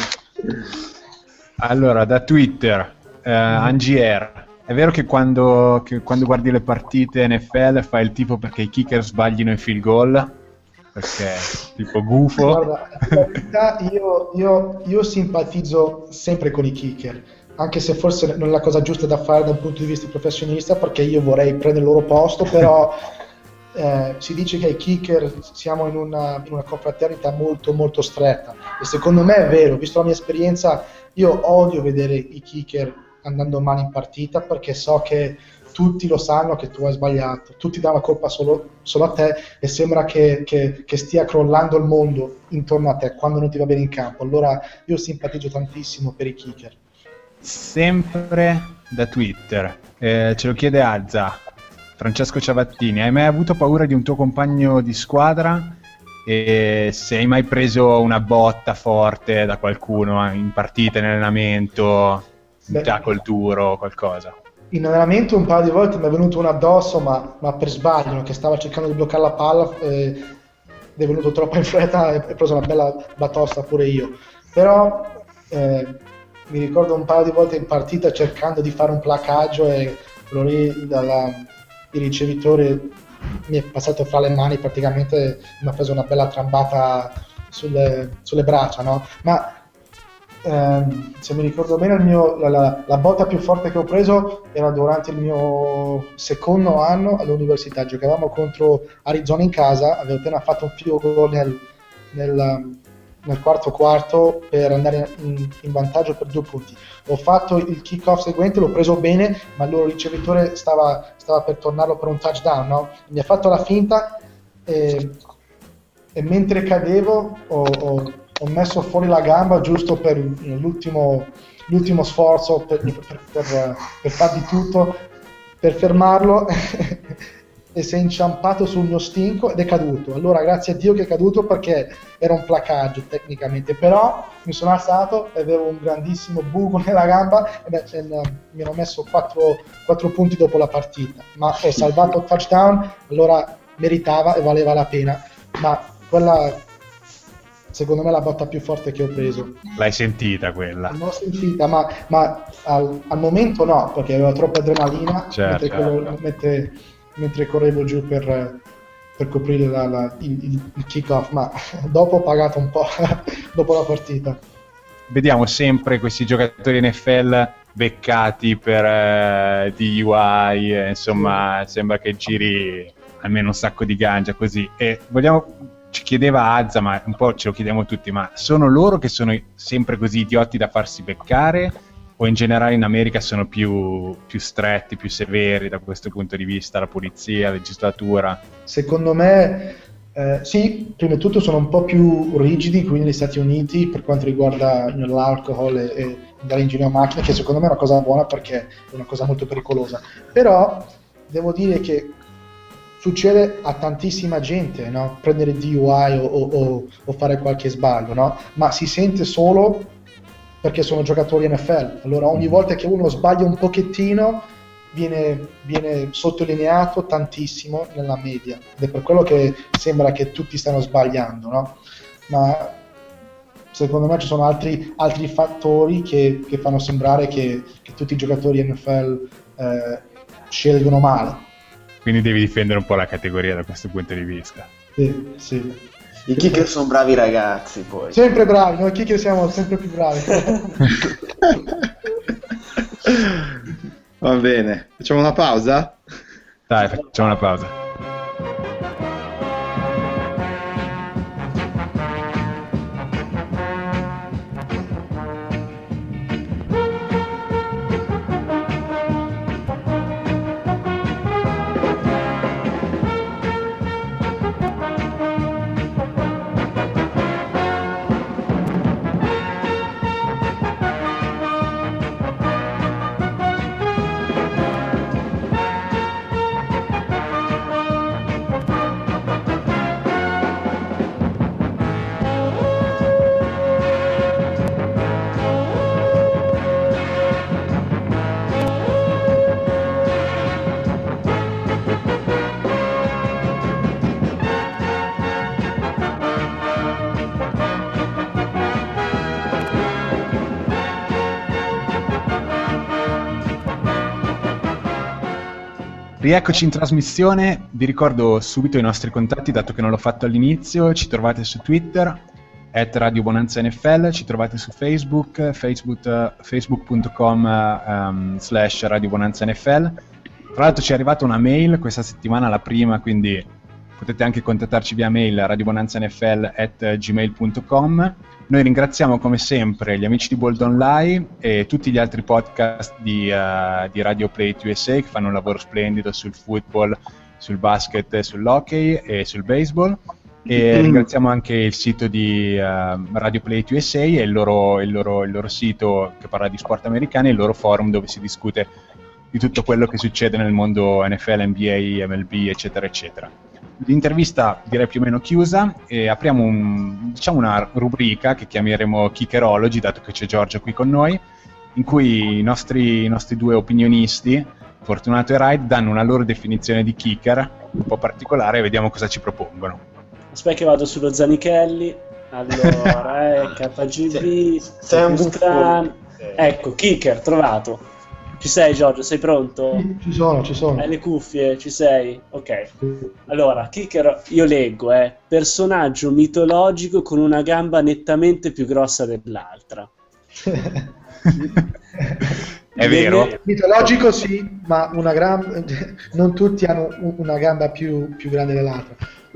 Allora, da Twitter, Angier. È vero che quando guardi le partite NFL fai il tifo perché i kicker sbaglino i field goal? Perché tipo gufo? Guarda, in realtà io simpatizzo sempre con i kicker, anche se forse non è la cosa giusta da fare dal punto di vista professionista, perché io vorrei prendere il loro posto, però si dice che ai kicker siamo in una confraternita molto molto stretta, e secondo me è vero, visto la mia esperienza. Io odio vedere i kicker andando male in partita, perché so che tutti lo sanno che tu hai sbagliato, tutti danno la colpa solo a te e sembra che stia crollando il mondo intorno a te quando non ti va bene in campo. Allora io simpatizzo tantissimo per i kicker. Sempre da Twitter, ce lo chiede Alza, Francesco Ciavattini: hai mai avuto paura di un tuo compagno di squadra? E se hai mai preso una botta forte da qualcuno in partita, in allenamento? un tackle duro o qualcosa. In allenamento un paio di volte mi è venuto uno addosso, ma per sbaglio, che stava cercando di bloccare la palla, ed è venuto troppo in fretta e ho preso una bella batosta pure io. Però mi ricordo un paio di volte in partita cercando di fare un placaggio e quello lì il ricevitore mi è passato fra le mani, praticamente mi ha preso una bella trambata sulle braccia, no? Ma se mi ricordo bene la botta più forte che ho preso era durante il mio secondo anno all'università. Giocavamo contro Arizona in casa, avevo appena fatto un field goal nel quarto per andare in vantaggio per 2 punti. Ho fatto il kick-off seguente, l'ho preso bene, ma il loro ricevitore stava per tornarlo per un touchdown, no? Mi ha fatto la finta e mentre cadevo ho messo fuori la gamba giusto per l'ultimo sforzo per far di tutto per fermarlo e si è inciampato sul mio stinco ed è caduto. Allora grazie a Dio che è caduto, perché era un placaggio tecnicamente, però mi sono alzato e avevo un grandissimo buco nella gamba e mi hanno messo 4 punti dopo la partita, ma ho salvato il touchdown, allora meritava e valeva la pena. Ma quella secondo me è la botta più forte che ho preso. L'hai sentita quella? Non l'ho sentita, ma al momento no, perché avevo troppa adrenalina, certo. mentre correvo giù per coprire il kick-off, ma dopo ho pagato un po' dopo la partita. Vediamo sempre questi giocatori NFL beccati per DUI, insomma, sembra che giri almeno un sacco di ganja così. E ci chiedeva Azza, ma un po' ce lo chiediamo tutti, ma sono loro che sono sempre così idioti da farsi beccare, o in generale in America sono più stretti, più severi da questo punto di vista, la polizia, la legislatura? Secondo me sì, prima di tutto sono un po' più rigidi qui negli Stati Uniti per quanto riguarda l'alcol e andare in giro a macchina, che secondo me è una cosa buona perché è una cosa molto pericolosa. Però devo dire che succede a tantissima gente, no? Prendere DUI o fare qualche sbaglio, no? Ma si sente solo perché sono giocatori NFL. Allora ogni volta che uno sbaglia un pochettino viene sottolineato tantissimo nella media, ed è per quello che sembra che tutti stanno sbagliando, no? Ma secondo me ci sono altri fattori che fanno sembrare che tutti i giocatori NFL scelgono male. Quindi devi difendere un po' la categoria da questo punto di vista. Sì. I kicker sono bravi ragazzi, poi. Sempre bravi, noi kicker siamo sempre più bravi. Va bene, facciamo una pausa? Dai, facciamo una pausa. Rieccoci in trasmissione, vi ricordo subito i nostri contatti, dato che non l'ho fatto all'inizio. Ci trovate su Twitter @Radio Bonanza NFL, ci trovate su Facebook, facebook.com/Radio Bonanza NFL. Tra l'altro ci è arrivata una mail questa settimana, la prima, quindi potete anche contattarci via mail radiobonanzanfl@gmail.com. Noi ringraziamo come sempre gli amici di Bold Online e tutti gli altri podcast di Radio Play It USA che fanno un lavoro splendido sul football, sul basket, sull'hockey e sul baseball. E ringraziamo anche il sito di Radio Play It USA e il loro sito che parla di sport americani e il loro forum dove si discute di tutto quello che succede nel mondo NFL, NBA, MLB, eccetera, eccetera. L'intervista direi più o meno chiusa e apriamo una rubrica che chiameremo Kickerology, dato che c'è Giorgio qui con noi, in cui i nostri due opinionisti, Fortunato e Raid, danno una loro definizione di kicker un po' particolare e vediamo cosa ci propongono. Aspetta che vado sullo Zanichelli. Allora, KGB, sei un buffone. Ecco, kicker, trovato. Ci sei, Giorgio? Sei pronto? Ci sono. Hai le cuffie? Ci sei? Ok. Allora, kicker, io leggo, personaggio mitologico con una gamba nettamente più grossa dell'altra. È vero? Mitologico sì, ma non tutti hanno una gamba più grande dell'altra.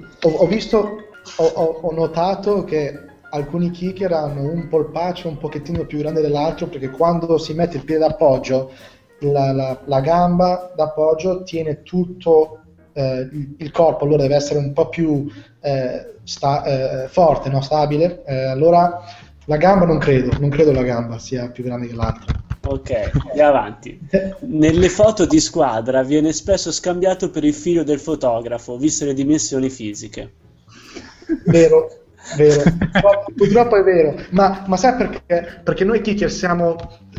Ho notato che alcuni kicker hanno un polpaccio un pochettino più grande dell'altro, perché quando si mette il piede d'appoggio, la gamba d'appoggio tiene tutto il corpo, allora deve essere un po' più forte, no? Stabile. Allora la gamba non credo la gamba sia più grande che l'altra. Ok, andiamo avanti. Nelle foto di squadra viene spesso scambiato per il figlio del fotografo, viste le dimensioni fisiche. Vero. Purtroppo è vero, ma sai perché? Perché noi kicker siamo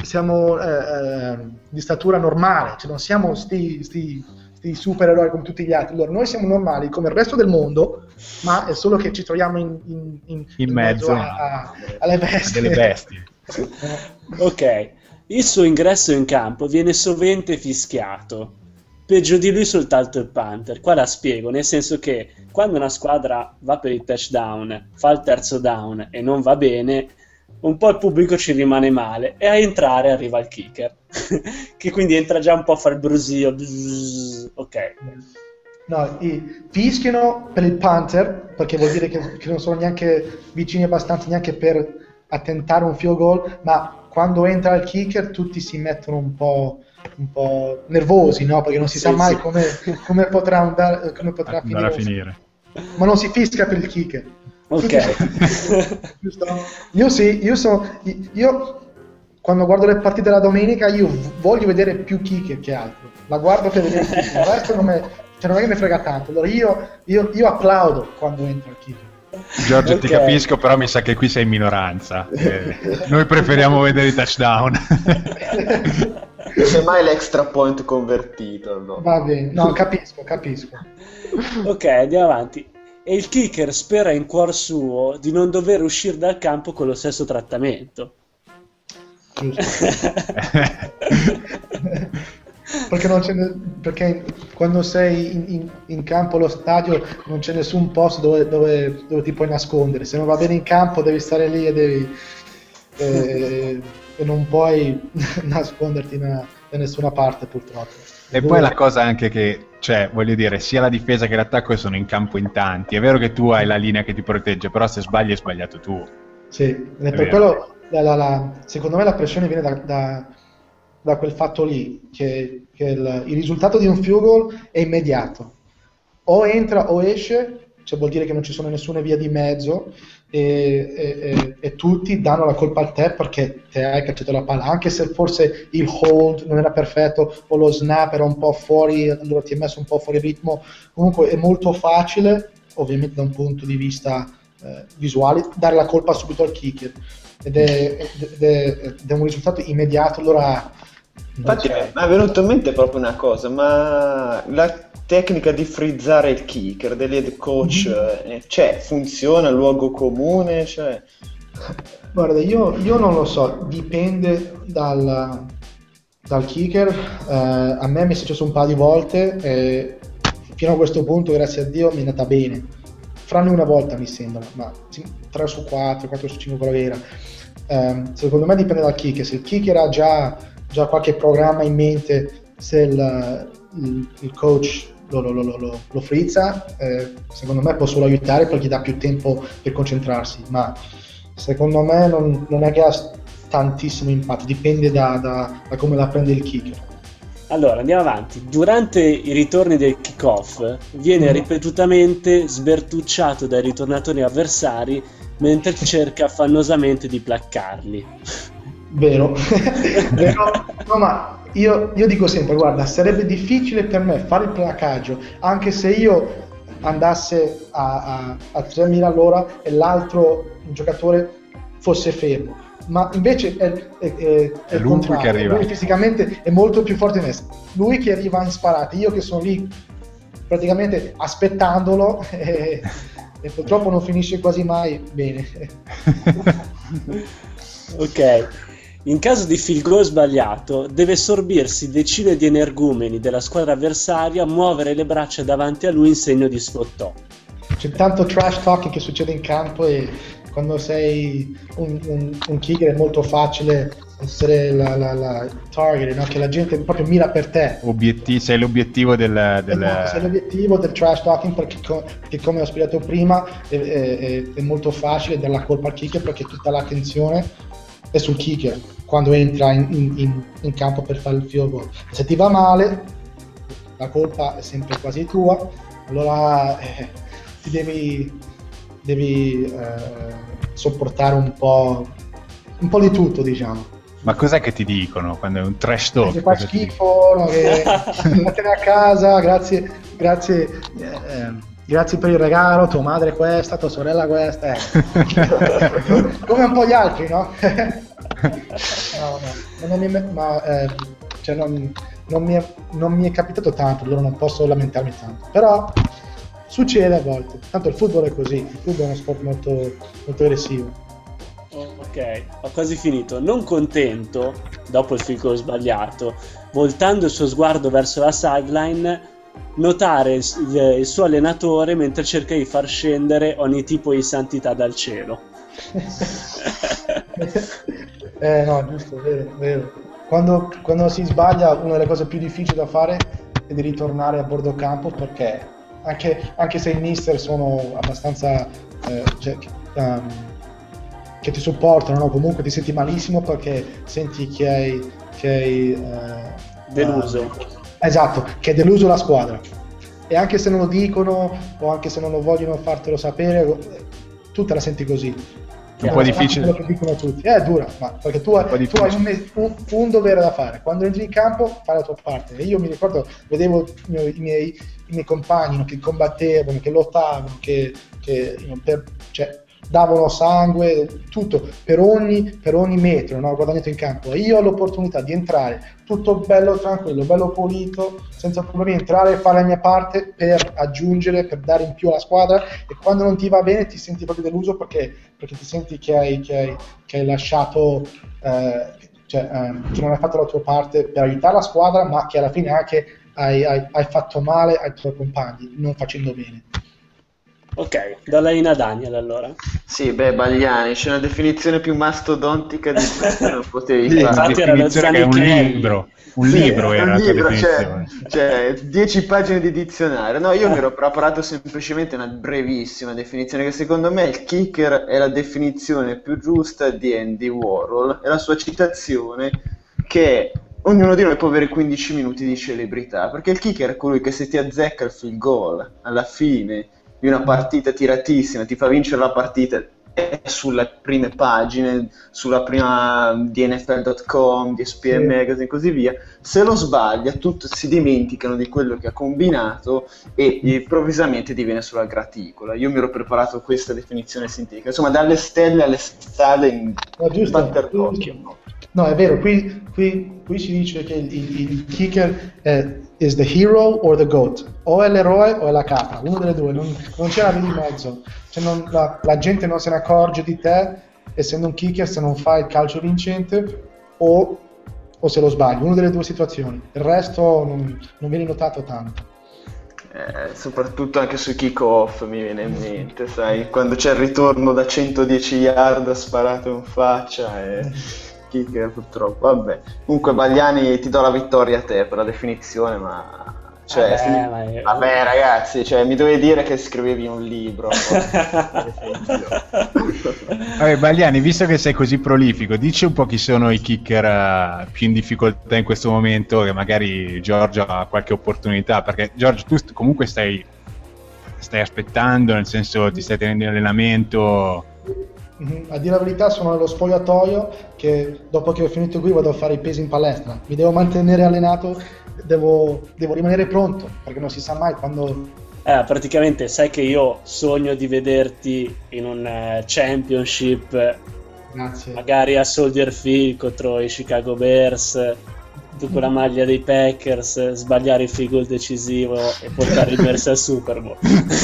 di statura normale, cioè non siamo sti supereroi come tutti gli altri. Allora, noi siamo normali come il resto del mondo, ma è solo che ci troviamo in mezzo alle bestie. Delle bestie. Ok, il suo ingresso in campo viene sovente fischiato. Peggio di lui soltanto il punter. Qua la spiego, nel senso che quando una squadra va per il touchdown, fa il terzo down e non va bene, un po' il pubblico ci rimane male, e a entrare arriva il kicker che quindi entra già un po' a fare il brusio. Ok. No, fischiano per il punter, perché vuol dire che non sono neanche vicini abbastanza neanche per attentare un field goal, ma quando entra il kicker tutti si mettono un po' nervosi, no? Perché non si sa mai come potrà andare, come potrà finire. Ma non si fischia per il kicker. Ok. Io quando guardo le partite della domenica io voglio vedere più kicker che altro. La guardo per vedere il kicker. Il resto non è che mi frega tanto. Allora io applaudo quando entra il kicker. Giorgio, ti capisco, però mi sa che qui sei in minoranza. Noi preferiamo vedere i touchdown. C'è mai l'extra point convertito, no? Va bene, no, capisco. Ok, andiamo avanti. E il kicker spera in cuor suo di non dover uscire dal campo con lo stesso trattamento. Perché quando sei in campo allo stadio non c'è nessun posto dove ti puoi nascondere. Se non va bene in campo devi stare lì e non puoi nasconderti da nessuna parte, purtroppo. E poi la cosa anche che, cioè, voglio dire, sia la difesa che l'attacco sono in campo in tanti. È vero che tu hai la linea che ti protegge, però se sbagli hai sbagliato tu. Sì, per quello secondo me la pressione viene da quel fatto lì, che il risultato di un field goal è immediato. O entra o esce, cioè vuol dire che non ci sono nessuna via di mezzo, e tutti danno la colpa a te perché te hai cacciato la palla, anche se forse il hold non era perfetto o lo snap era un po' fuori, allora ti hai messo un po' fuori ritmo. Comunque è molto facile, ovviamente da un punto di vista visuale, dare la colpa subito al kicker, ed è un risultato immediato. Allora infatti mi è venuto in mente proprio una cosa, ma la tecnica di frizzare il kicker dell'head coach, cioè, funziona, luogo comune, cioè... Guarda, io non lo so, dipende dal kicker. A me mi è successo un paio di volte e fino a questo punto, grazie a Dio, mi è andata bene, tranne una volta mi sembra, ma 3 su 4 su 5 quello che era. Secondo me dipende dal kicker. Se il kicker ha già qualche programma in mente, se il coach lo frizza, secondo me può solo aiutare perché gli dà più tempo per concentrarsi, ma secondo me non è che ha tantissimo impatto, dipende da come la prende il kicker. Allora, andiamo avanti. Durante i ritorni del kickoff viene ripetutamente sbertucciato dai ritornatori avversari mentre cerca affannosamente di placcarli. Vero. No, ma io dico sempre, guarda, sarebbe difficile per me fare il placaggio anche se io andasse a 3.000 all'ora e l'altro giocatore fosse fermo. ma invece è lui contrario. che arriva. Lui fisicamente è molto più forte di me. Lui che arriva in sparate, io che sono lì praticamente aspettandolo e purtroppo non finisce quasi mai bene. Ok, in caso di field goal sbagliato deve sorbirsi decine di energumeni della squadra avversaria, muovere le braccia davanti a lui in segno di sfottò. C'è tanto trash talking che succede in campo e quando sei un kicker è molto facile essere la target, no? Che la gente proprio mira per te. Sei l'obiettivo Sei l'obiettivo del trash talking, perché come ho spiegato prima è molto facile dare la colpa al kicker, perché tutta l'attenzione è sul kicker quando entra in campo per fare il field goal. Se ti va male la colpa è sempre quasi tua, allora ti devi sopportare un po' di tutto, diciamo. Ma cos'è che ti dicono quando è un trash talk? Che fa schifo, no? Che vattene a casa, grazie per il regalo, tua madre è questa, tua sorella è questa, come un po' gli altri, no? Non mi è capitato tanto, allora non posso lamentarmi tanto, però succede a volte, tanto il football è così, il football è uno sport molto, molto aggressivo. Ok, ho quasi finito. Non contento, dopo il field goal sbagliato, voltando il suo sguardo verso la sideline, notare il suo allenatore mentre cerca di far scendere ogni tipo di santità dal cielo. No, giusto, vero. Quando si sbaglia, una delle cose più difficili da fare è di ritornare a bordo campo, perché anche se i mister sono abbastanza che ti supportano, no? Comunque ti senti malissimo perché senti che hai deluso. Esatto, che hai deluso la squadra, e anche se non lo dicono o anche se non lo vogliono fartelo sapere, tu te la senti così. È un po' difficile. Quello che dicono tutti è dura, ma perché tu hai un dovere da fare. Quando entri in campo fai la tua parte. E io mi ricordo, vedevo i miei compagni, no, che combattevano, che lottavano, che davano sangue, tutto per ogni metro, no, guadagnato in campo. E io ho l'opportunità di entrare tutto bello tranquillo, bello pulito, senza problemi, entrare e fare la mia parte per aggiungere, per dare in più alla squadra. E quando non ti va bene ti senti proprio deluso perché ti senti che hai lasciato, che non hai fatto la tua parte per aiutare la squadra, ma che alla fine anche hai fatto male ai tuoi compagni non facendo bene. Ok, do la linea a Daniel allora. Sì, Bagliani, c'è una definizione più mastodontica di questo non potevi fare. Infatti era lo Definizione che è un libro. Un libro era la tua definizione. Cioè 10 pagine di dizionario. No, io mi ero preparato semplicemente una brevissima definizione, che secondo me il kicker è la definizione più giusta di Andy Warhol, è la sua citazione che ognuno di noi può avere 15 minuti di celebrità, perché il kicker è colui che se ti azzecca il field goal alla fine di una partita tiratissima, ti fa vincere la partita, è sulle prime pagine, sulla prima di NFL.com, di ESPN Magazine e così via. Se lo sbaglia, tutti si dimenticano di quello che ha combinato e improvvisamente diviene sulla graticola. Io mi ero preparato questa definizione sintetica, insomma, dalle stelle alle stelle in battercocchio. No, è vero, qui si dice che il kicker is the hero or the goat, o è l'eroe o è la capra, uno delle due, non c'è una via di mezzo, cioè la gente non se ne accorge di te essendo un kicker se non fai il calcio vincente o se lo sbagli, una delle due situazioni, il resto non viene notato tanto. Soprattutto anche sui kick-off mi viene in mente, sai, quando c'è il ritorno da 110 yard sparato in faccia e... kicker, purtroppo. Vabbè, comunque Bagliani, ti do la vittoria a te per la definizione, ma vabbè ragazzi, cioè mi dovevi dire che scrivevi un libro. Vabbè, Bagliani, visto che sei così prolifico, dici un po' chi sono i kicker più in difficoltà in questo momento, che magari Giorgio ha qualche opportunità, perché Giorgio tu comunque stai aspettando, nel senso ti stai tenendo in allenamento. A dire la verità sono nello spogliatoio, che dopo che ho finito qui vado a fare i pesi in palestra, mi devo mantenere allenato, devo rimanere pronto perché non si sa mai quando... praticamente sai che io sogno di vederti in un championship Grazie. Magari a Soldier Field contro i Chicago Bears, tu con la maglia dei Packers, sbagliare il field goal decisivo e portare il Bears al Super Bowl.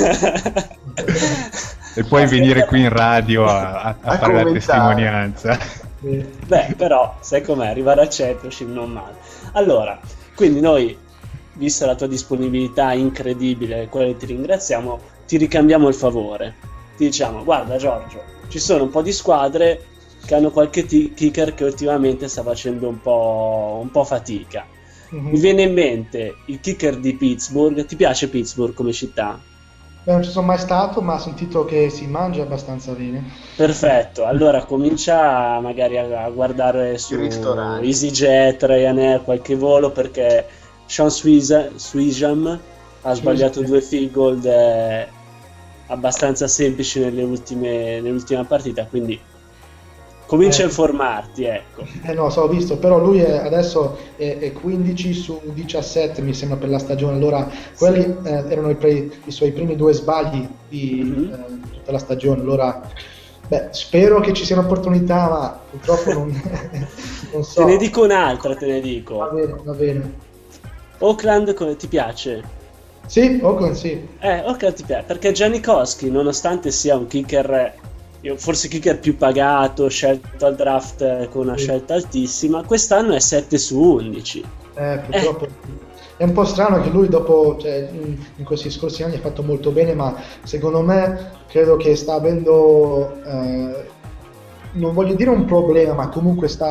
E poi venire qui in radio a fare la testimonianza. Beh, però, sai com'è, arrivare al Championship non male. Allora, quindi noi, vista la tua disponibilità incredibile, quella ti ringraziamo, ti ricambiamo il favore. Ti diciamo, guarda Giorgio, ci sono un po' di squadre che hanno qualche kicker che ultimamente sta facendo un po' fatica. Mi viene in mente il kicker di Pittsburgh. Ti piace Pittsburgh come città? Beh, non ci sono mai stato, ma ho sentito che si mangia abbastanza bene. Perfetto, allora comincia magari a guardare su EasyJet, Ryanair, qualche volo, perché Sean Swisham ha sbagliato 2 field goal abbastanza semplici nell'ultima partita, quindi comincia a informarti, ecco. No, ho visto, però lui adesso è 15 su 17 mi sembra per la stagione, allora quelli erano i suoi primi 2 sbagli di tutta la stagione, allora spero che ci sia un'opportunità, ma purtroppo non so. Te ne dico un'altra, Va bene. Oakland ti piace? Sì, Oakland sì. Oakland ti piace, perché Janikowski, nonostante sia un kicker, forse kicker più pagato, scelto al draft con una scelta altissima, quest'anno è 7 su 11. Purtroppo è un po' strano che lui dopo, in questi scorsi anni ha fatto molto bene, ma secondo me credo che sta avendo, non voglio dire un problema, ma comunque si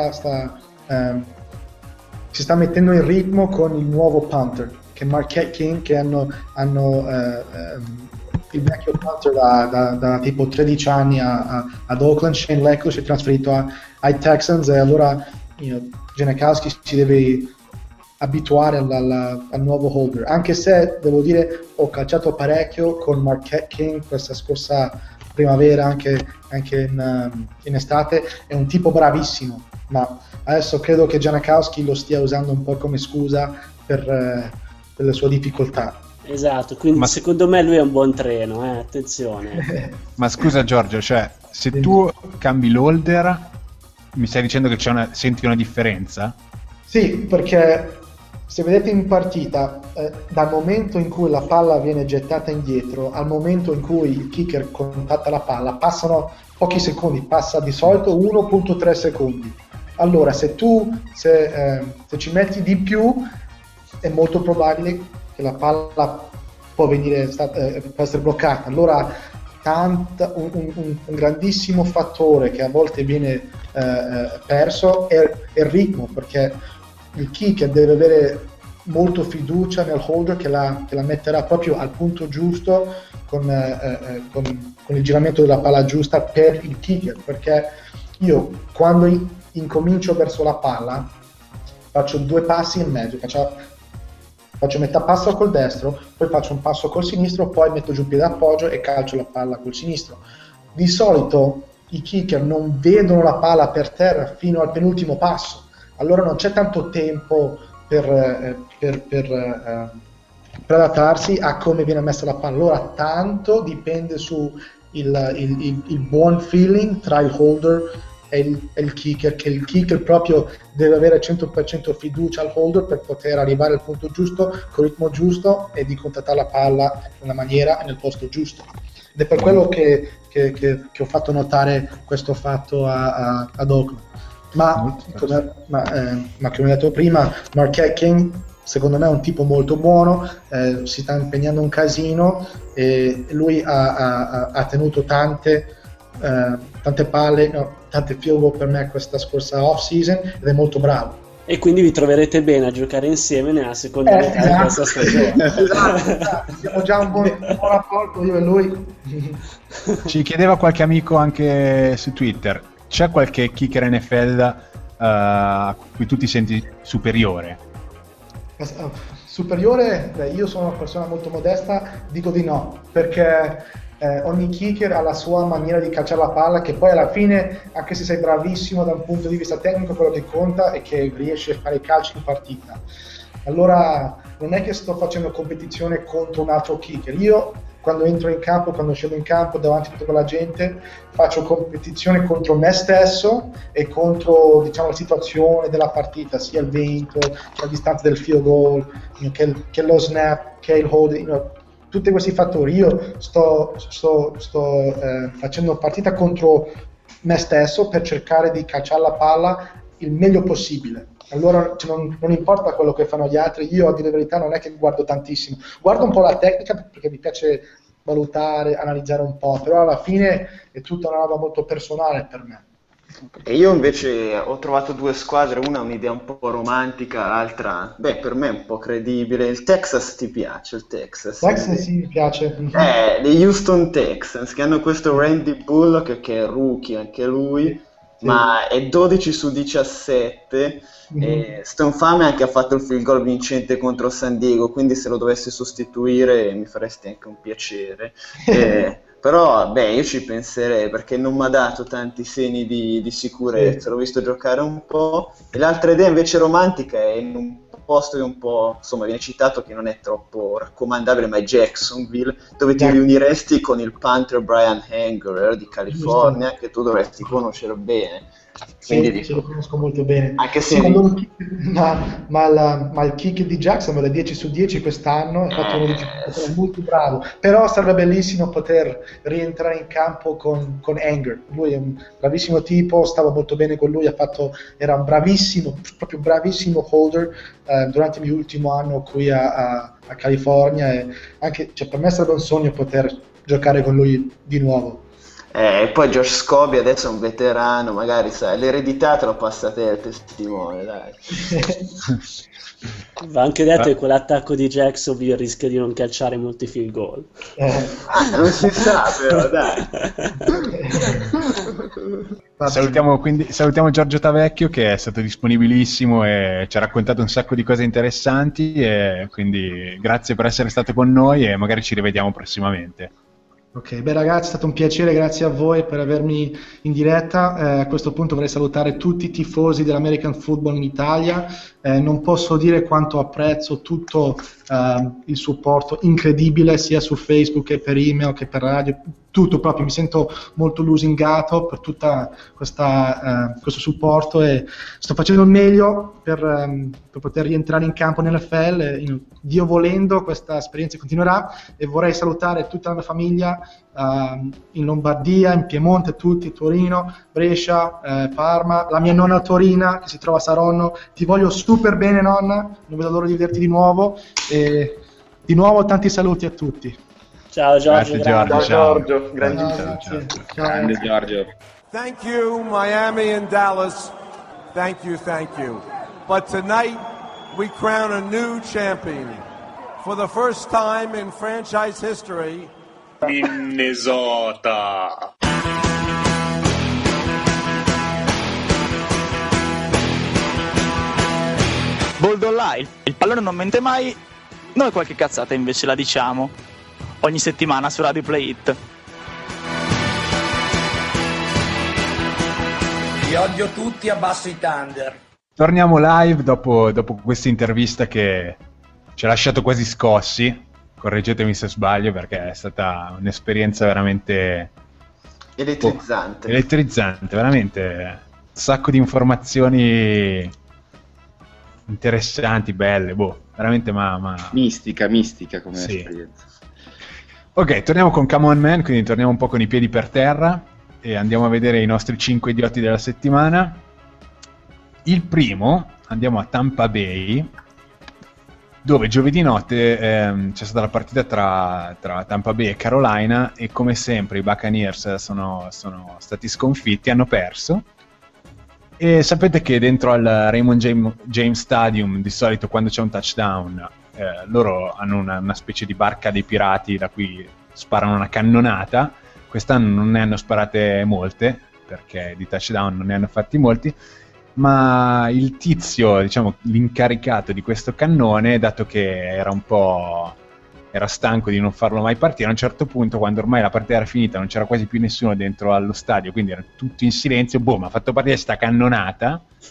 sta mettendo in ritmo con il nuovo punter, che è Marquette King, che hanno il vecchio punter da tipo 13 anni ad Oakland. Shane Lecco si è trasferito ai Texans, e allora Janikowski si deve abituare al nuovo holder, anche se devo dire ho calciato parecchio con Marquette King questa scorsa primavera, anche in estate. È un tipo bravissimo, ma adesso credo che Janikowski lo stia usando un po' come scusa per le sue difficoltà. Esatto, quindi secondo me lui è un buon treno, attenzione. Ma scusa Giorgio, cioè se tu cambi l'holder, mi stai dicendo che senti una differenza? Sì, perché se vedete in partita, dal momento in cui la palla viene gettata indietro al momento in cui il kicker contatta la palla passano pochi secondi, passa di solito 1.3 secondi. Allora se ci metti di più è molto probabile che la palla può essere bloccata. Allora un grandissimo fattore che a volte viene perso è il ritmo, perché il kicker deve avere molto fiducia nel holder che la metterà proprio al punto giusto con il giramento della palla giusta per il kicker, perché io quando incomincio verso la palla faccio 2 passi e mezzo, faccio metà passo col destro, poi faccio un passo col sinistro, poi metto giù il piede d'appoggio e calcio la palla col sinistro. Di solito i kicker non vedono la palla per terra fino al penultimo passo, allora non c'è tanto tempo per adattarsi a come viene messa la palla. Allora tanto dipende su il buon feeling tra il holder e il kicker, che il kicker proprio deve avere 100% fiducia al holder per poter arrivare al punto giusto, col ritmo giusto e di contattare la palla nella maniera e nel posto giusto. Ed è per quello che ho fatto notare questo fatto ad Oakland. Ma come ho detto prima, Marquette King secondo me è un tipo molto buono, si sta impegnando un casino e lui ha tenuto tante palle, tante field goal per me questa scorsa off season, ed è molto bravo. E quindi vi troverete bene a giocare insieme nella seconda metà di questa stagione. Esatto. Abbiamo già un buon rapporto io e lui. Ci chiedeva qualche amico anche su Twitter, c'è qualche kicker NFL a cui tu ti senti superiore? Superiore? Io sono una persona molto modesta, dico di no, perché ogni kicker ha la sua maniera di calciare la palla, che poi alla fine, anche se sei bravissimo da un punto di vista tecnico, quello che conta è che riesci a fare i calci in partita. Allora non è che sto facendo competizione contro un altro kicker, io quando entro in campo, quando scendo in campo davanti a tutta quella gente, faccio competizione contro me stesso e contro, diciamo, la situazione della partita, sia il vento, che la distanza del field goal, che lo snap, che il holding, tutti questi fattori. Io sto facendo partita contro me stesso per cercare di calciare la palla il meglio possibile. Allora non importa quello che fanno gli altri, io a dire la verità non è che guardo tantissimo, guardo un po' la tecnica perché mi piace valutare, analizzare un po', però alla fine è tutta una roba molto personale per me. E io invece ho trovato due squadre, una un'idea un po' romantica, l'altra, per me è un po' credibile. Il Texas ti piace? Il Texas? Texas sì, mi piace. Gli Houston Texans, che hanno questo Randy Bullock, che è rookie anche lui, sì, ma è 12 su 17. Stonfame anche ha fatto il field goal vincente contro San Diego, quindi se lo dovessi sostituire mi faresti anche un piacere. Però io ci penserei, perché non mi ha dato tanti segni di sicurezza, sì, l'ho visto giocare un po'. E l'altra idea invece romantica è in un posto che un po', insomma, viene citato, che non è troppo raccomandabile, ma è Jacksonville, dove ti riuniresti con il punter Brian Hanger di California, che tu dovresti conoscere bene. Quindi sì, lo conosco molto bene. Anche se ma il kick di Jackson è 10 su 10 quest'anno, è fatto è molto bravo, però sarebbe bellissimo poter rientrare in campo con Anger. Lui è un bravissimo tipo, stavo molto bene con lui, era un bravissimo, proprio bravissimo holder durante il mio ultimo anno qui a California, e anche, per me sarebbe un sogno poter giocare con lui di nuovo. E poi Josh Scobie adesso è un veterano, magari sai, l'eredità te lo passa a te il testimone, dai. Va anche detto che quell'attacco di Jacksonville rischia di non calciare molti field goal. Non si sa però, dai. Salutiamo Giorgio Tavecchio, che è stato disponibilissimo e ci ha raccontato un sacco di cose interessanti, e quindi grazie per essere stato con noi e magari ci rivediamo prossimamente. Ok, ragazzi, è stato un piacere, grazie a voi per avermi in diretta. A questo punto vorrei salutare tutti i tifosi dell'American Football in Italia. Non posso dire quanto apprezzo tutto il supporto incredibile, sia su Facebook che per email che per radio, tutto proprio. Mi sento molto lusingato per tutto questo supporto, e sto facendo il meglio per poter rientrare in campo nell'NFL. Dio volendo questa esperienza continuerà, e vorrei salutare tutta la mia famiglia in Lombardia, in Piemonte, tutti, Torino, Brescia, Parma, la mia nonna Torina che si trova a Saronno. Ti voglio super bene, nonna, non vedo l'ora di vederti di nuovo, e di nuovo tanti saluti a tutti. Ciao Giorgio. Ciao Giorgio, Grande Giorgio. Thank you, Miami and Dallas. Thank you. But tonight we crown a new champion. For the first time in franchise history, Minnesota. Boldo là, il pallone non mente mai, noi qualche cazzata invece la diciamo ogni settimana su Radio Play It. Vi odio tutti, abbasso i Thunder. Torniamo live dopo questa intervista che ci ha lasciato quasi scossi. Correggetemi se sbaglio, perché è stata un'esperienza veramente elettrizzante, veramente un sacco di informazioni interessanti, belle, veramente mistica come sì, esperienza. Ok, torniamo con Come On Man, quindi torniamo un po' con i piedi per terra e andiamo a vedere i nostri 5 idioti della settimana. Il primo, andiamo a Tampa Bay, dove giovedì notte c'è stata la partita tra Tampa Bay e Carolina, e come sempre i Buccaneers sono stati sconfitti, hanno perso. E sapete che dentro al Raymond James Stadium di solito quando c'è un touchdown loro hanno una specie di barca dei pirati da cui sparano una cannonata. Quest'anno non ne hanno sparate molte, perché di touchdown non ne hanno fatti molti, ma il tizio, diciamo l'incaricato di questo cannone, dato che era stanco di non farlo mai partire, a un certo punto, quando ormai la partita era finita, non c'era quasi più nessuno dentro allo stadio, quindi era tutto in silenzio, ha fatto partire sta cannonata,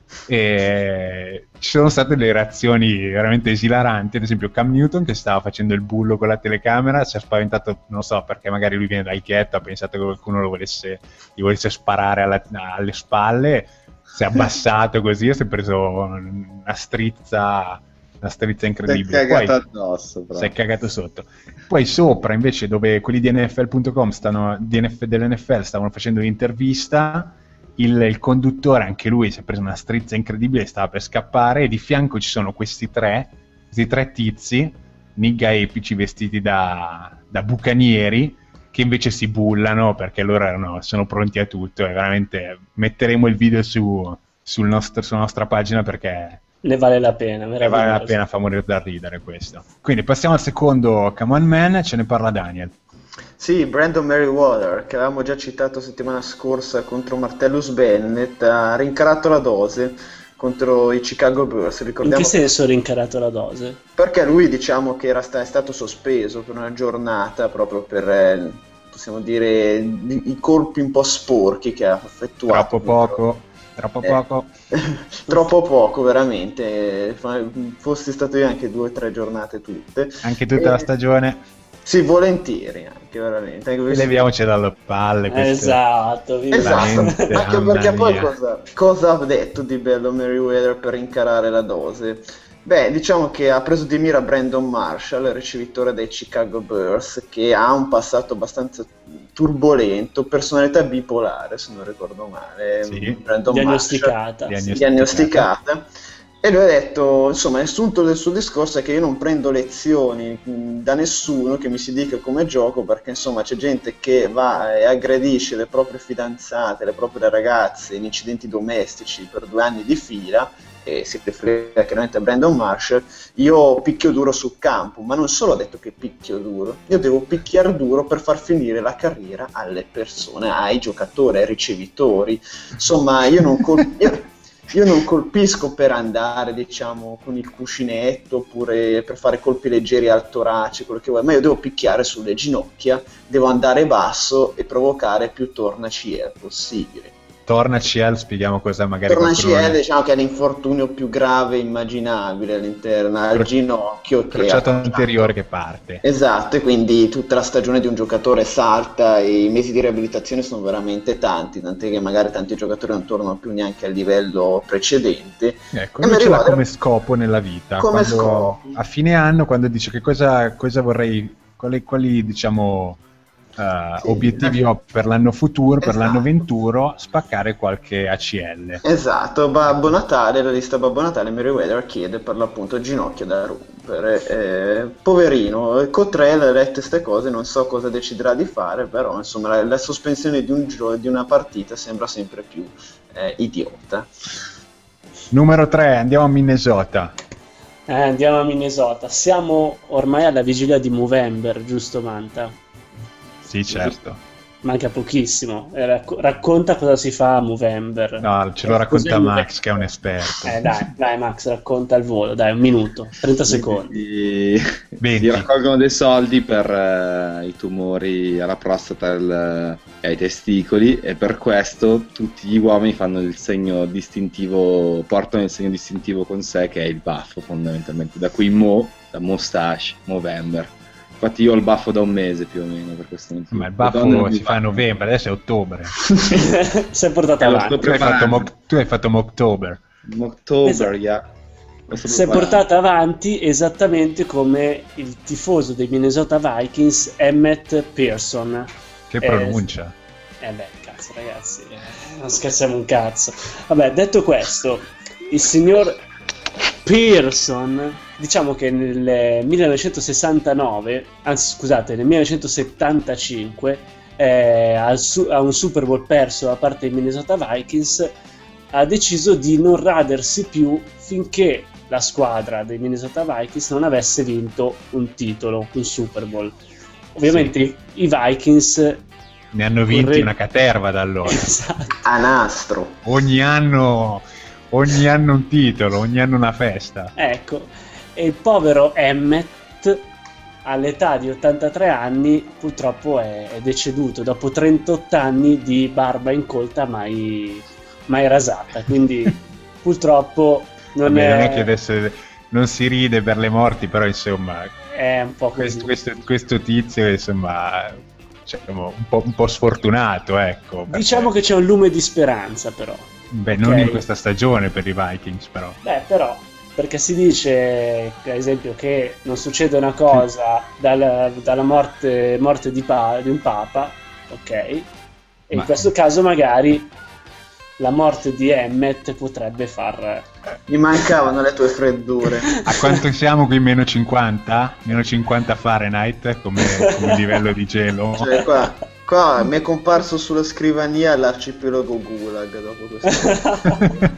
E ci sono state delle reazioni veramente esilaranti. Ad esempio Cam Newton, che stava facendo il bullo con la telecamera, si è spaventato, non so perché, magari lui viene dal ghetto, ha pensato che qualcuno gli volesse sparare alle spalle, si è abbassato così e si è preso una strizza incredibile. Si è cagato addosso, si è cagato sotto. Poi sopra invece, dove quelli di NFL.com dell'NFL stavano facendo l'intervista, il conduttore, anche lui, si è preso una strizza incredibile, stava per scappare, e di fianco ci sono questi tre tizi mega epici, vestiti da bucanieri, che invece si bullano perché loro sono pronti a tutto. E veramente metteremo il video sulla nostra pagina, perché ne vale la pena, fa morire da ridere questo. Quindi passiamo al secondo Come On Man, ce ne parla Daniel. Sì, Brandon Merriweather, che avevamo già citato settimana scorsa contro Martellus Bennett, ha rincarato la dose contro i Chicago Bears. In che senso ha rincarato la dose? Perché lui, diciamo, che è stato sospeso per una giornata proprio per, possiamo dire, i colpi un po' sporchi che ha effettuato. Troppo poco, veramente. Fossi stato io anche 2 o 3 giornate tutte. Anche tutta la stagione. Sì, volentieri, anche veramente. Leviamoci dalle palle. Esatto. Anche perché poi cosa ha detto di bello Merriweather per rincarare la dose? Beh, diciamo che ha preso di mira Brandon Marshall, il ricevitore dei Chicago Bears, che ha un passato abbastanza turbolento, personalità bipolare, se non ricordo male. Sì. Brandon diagnosticata. Diagnosticata. E lui ha detto, insomma, il sunto del suo discorso è che io non prendo lezioni da nessuno che mi si dica come gioco, perché insomma c'è gente che va e aggredisce le proprie fidanzate, le proprie ragazze in incidenti domestici per 2 anni di fila, e si riferisce chiaramente a Brandon Marshall. Io picchio duro sul campo, ma non solo ha detto che picchio duro, io devo picchiare duro per far finire la carriera alle persone, ai giocatori, ai ricevitori. Insomma, io non colpisco per andare, diciamo, con il cuscinetto, oppure per fare colpi leggeri al torace, quello che vuoi, ma io devo picchiare sulle ginocchia, devo andare basso e provocare più tornaciel possibile. Tornaciel, spieghiamo cosa magari. Tornaciel, diciamo che è l'infortunio più grave immaginabile all'interno, al ginocchio. Crociato anteriore che parte. Esatto, e quindi tutta la stagione di un giocatore salta e i mesi di riabilitazione sono veramente tanti, tant'è che magari tanti giocatori non tornano più neanche al livello precedente. Ecco, lui ce l'ha come scopo nella vita. Scopo. A fine anno, quando dice che cosa vorrei, quali diciamo... obiettivi ho per l'anno futuro, per l'anno 21, spaccare qualche ACL. Esatto, Babbo Natale, la lista Babbo Natale, Merriweather chiede per l'appunto il ginocchio da rompere. Poverino, Cottrell ha letto queste cose, non so cosa deciderà di fare, però insomma la sospensione di una partita sembra sempre più idiota. Numero 3, andiamo a Minnesota. Andiamo a Minnesota. Siamo ormai alla vigilia di Movember, giusto Manta? Sì, certo. Manca pochissimo. Racconta cosa si fa a Movember. No, ce lo racconta Max, che è un esperto. Dai Max, racconta al volo, dai, 1 minuto, 30 secondi. Si raccolgono dei soldi per i tumori alla prostata e ai testicoli, e per questo tutti gli uomini fanno il segno distintivo, portano il segno distintivo con sé, che è il baffo fondamentalmente, da cui da mustache, Movember. Infatti io ho il baffo da 1 mese più o meno per questo motivo. Ma il baffo si fa a novembre, adesso è ottobre. Sei portato avanti. Tu hai fatto Mocktober. Mocktober, yeah. Si è portato avanti esattamente come il tifoso dei Minnesota Vikings, Emmett Pearson. Che pronuncia. Cazzo ragazzi, non scherziamo un cazzo. Vabbè, detto questo, il signor Pearson, diciamo che nel 1969, anzi scusate, nel 1975, a un Super Bowl perso da parte dei Minnesota Vikings, ha deciso di non radersi più finché la squadra dei Minnesota Vikings non avesse vinto un titolo, un Super Bowl. Ovviamente sì. I Vikings ne hanno vinti una caterva da allora. Esatto. A nastro. Ogni anno un titolo, ogni anno una festa. Ecco, e il povero Emmett all'età di 83 anni purtroppo è deceduto dopo 38 anni di barba incolta mai rasata, quindi purtroppo non è che adesso non si ride per le morti, però insomma è un po' così. Questo tizio insomma, cioè, un po' sfortunato, ecco. Diciamo che c'è un lume di speranza, però. Beh, okay. Non in questa stagione per i Vikings, però. Beh, però, perché si dice, ad esempio, che non succede una cosa dalla morte di un papa, ok? E in questo caso magari la morte di Emmett potrebbe far... Mi mancavano le tue freddure. A quanto siamo qui? Meno 50? Meno 50 Fahrenheit come livello di gelo? Cioè qua mi è comparso sulla scrivania l'arcipelago Gulag dopo questo.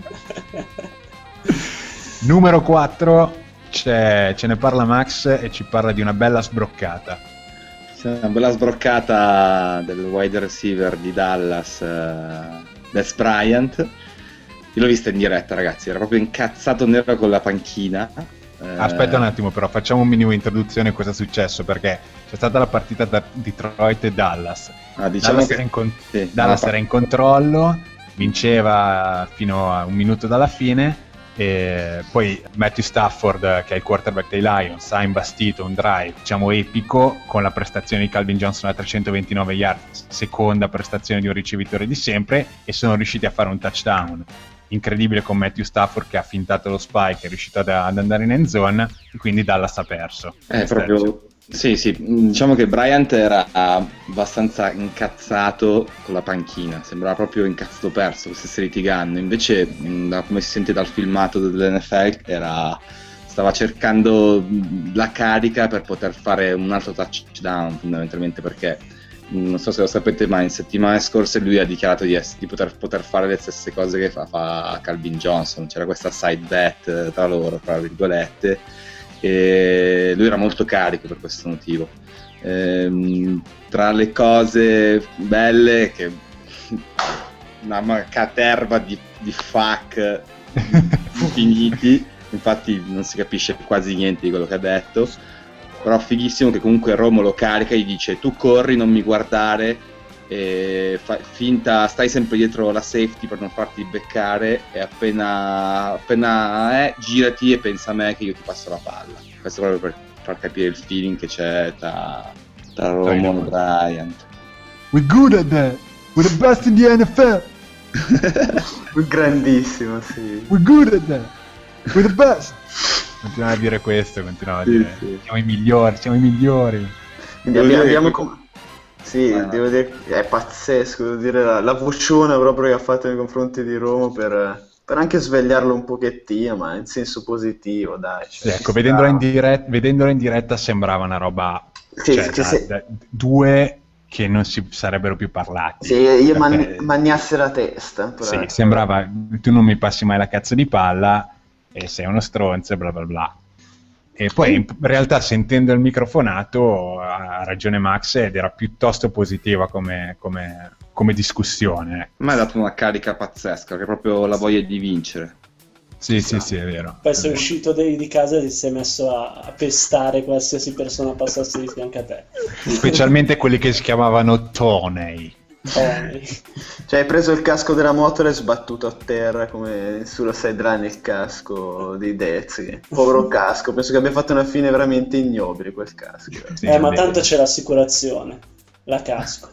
Numero 4 ce ne parla Max e ci parla di una bella sbroccata. Una bella sbroccata del wide receiver di Dallas, Dez Bryant. Io l'ho vista in diretta, ragazzi, era proprio incazzato nero con la panchina. Aspetta un attimo, però facciamo un minimo introduzione a cosa è successo, perché c'è stata la partita tra Detroit e Dallas. Diciamo Dallas era in controllo, vinceva fino a un minuto dalla fine, e poi Matthew Stafford, che è il quarterback dei Lions, ha imbastito un drive, diciamo, epico con la prestazione di Calvin Johnson a 329 yard, seconda prestazione di un ricevitore di sempre, e sono riusciti a fare un touchdown incredibile con Matthew Stafford che ha fintato lo spike, è riuscito ad andare in end zone, e quindi Dallas ha perso. Proprio sì, diciamo che Bryant era abbastanza incazzato con la panchina, sembrava proprio incazzato perso, che stesse litigando. Invece, come si sente dal filmato dell'NFL, stava cercando la carica per poter fare un altro touchdown, fondamentalmente, perché non so se lo sapete, ma in settimane scorse lui ha dichiarato di poter fare le stesse cose che fa Calvin Johnson. C'era questa side bet tra loro, tra virgolette, e lui era molto carico per questo motivo. Tra le cose belle, che una caterva di fuck infiniti, infatti non si capisce quasi niente di quello che ha detto, però fighissimo che comunque Romo lo carica, gli dice: tu corri, non mi guardare, e finta, stai sempre dietro la safety per non farti beccare, e appena girati e pensa a me che io ti passo la palla. Questo proprio per far capire il feeling che c'è tra Romo e Bryant. We're good at that, we're the best in the NFL. Grandissimo, sì. We're good at that, we're the best. Continuava a dire questo, continuava a dire sì. Siamo i migliori. Quindi abbiamo sì, devo dire, è pazzesco, devo dire, la vociona proprio che ha fatto nei confronti di Roma per anche svegliarlo un pochettino, ma in senso positivo, dai. Sì, ecco, vedendolo in diretta sembrava una roba, due che non si sarebbero più parlati. Sì, io magnasse la testa. Sì, sembrava, tu non mi passi mai la cazzo di palla e sei uno stronzo e bla bla bla. E poi in realtà, sentendo il microfonato, ha ragione Max, ed era piuttosto positiva come discussione. Ma ha dato una carica pazzesca, che è proprio la voglia di vincere. Sì, è vero. Poi sei uscito di casa e ti sei messo a pestare qualsiasi persona passasse di fianco a te. Specialmente quelli che si chiamavano Tony. Cioè hai preso il casco della moto e l'hai sbattuto a terra come sulla sideline il casco di Dez. Povero casco, penso che abbia fatto una fine veramente ignobile quel casco. Sì, ma tanto c'è l'assicurazione, la casco.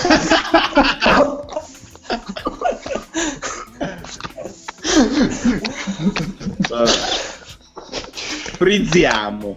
Frizziamo.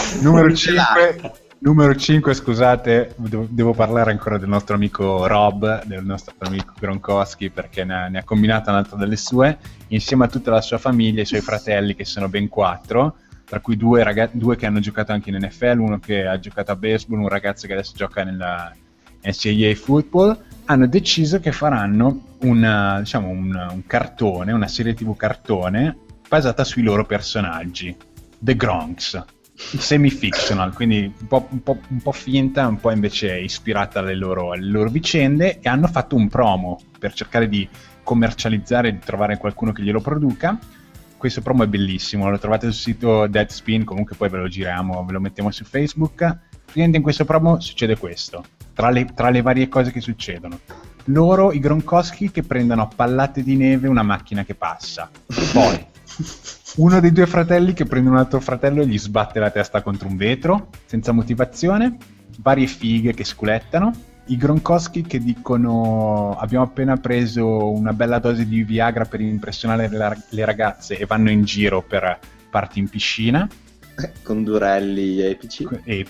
Numero 5, scusate, devo parlare ancora del nostro amico Rob, del nostro amico Gronkowski, perché ne ha combinata un'altra delle sue, insieme a tutta la sua famiglia, i suoi fratelli, che sono ben 4, tra cui due che hanno giocato anche in NFL, uno che ha giocato a baseball, un ragazzo che adesso gioca nella NCAA football. Hanno deciso che faranno un cartone, una serie TV cartone basata sui loro personaggi, The Gronks, semi-fictional, quindi un po' finta, un po' invece ispirata alle loro vicende, e hanno fatto un promo per cercare di commercializzare, di trovare qualcuno che glielo produca. Questo promo è bellissimo, lo trovate sul sito Deadspin, comunque poi ve lo giriamo, ve lo mettiamo su Facebook. In questo promo succede questo, tra le varie cose che succedono: loro, i Gronkowski, che prendono a pallate di neve una macchina che passa. Poi uno dei due fratelli che prende un altro fratello e gli sbatte la testa contro un vetro senza motivazione. Varie fighe che sculettano. I Gronkowski che dicono abbiamo appena preso una bella dose di Viagra per impressionare le ragazze e vanno in giro per party in piscina con durelli epici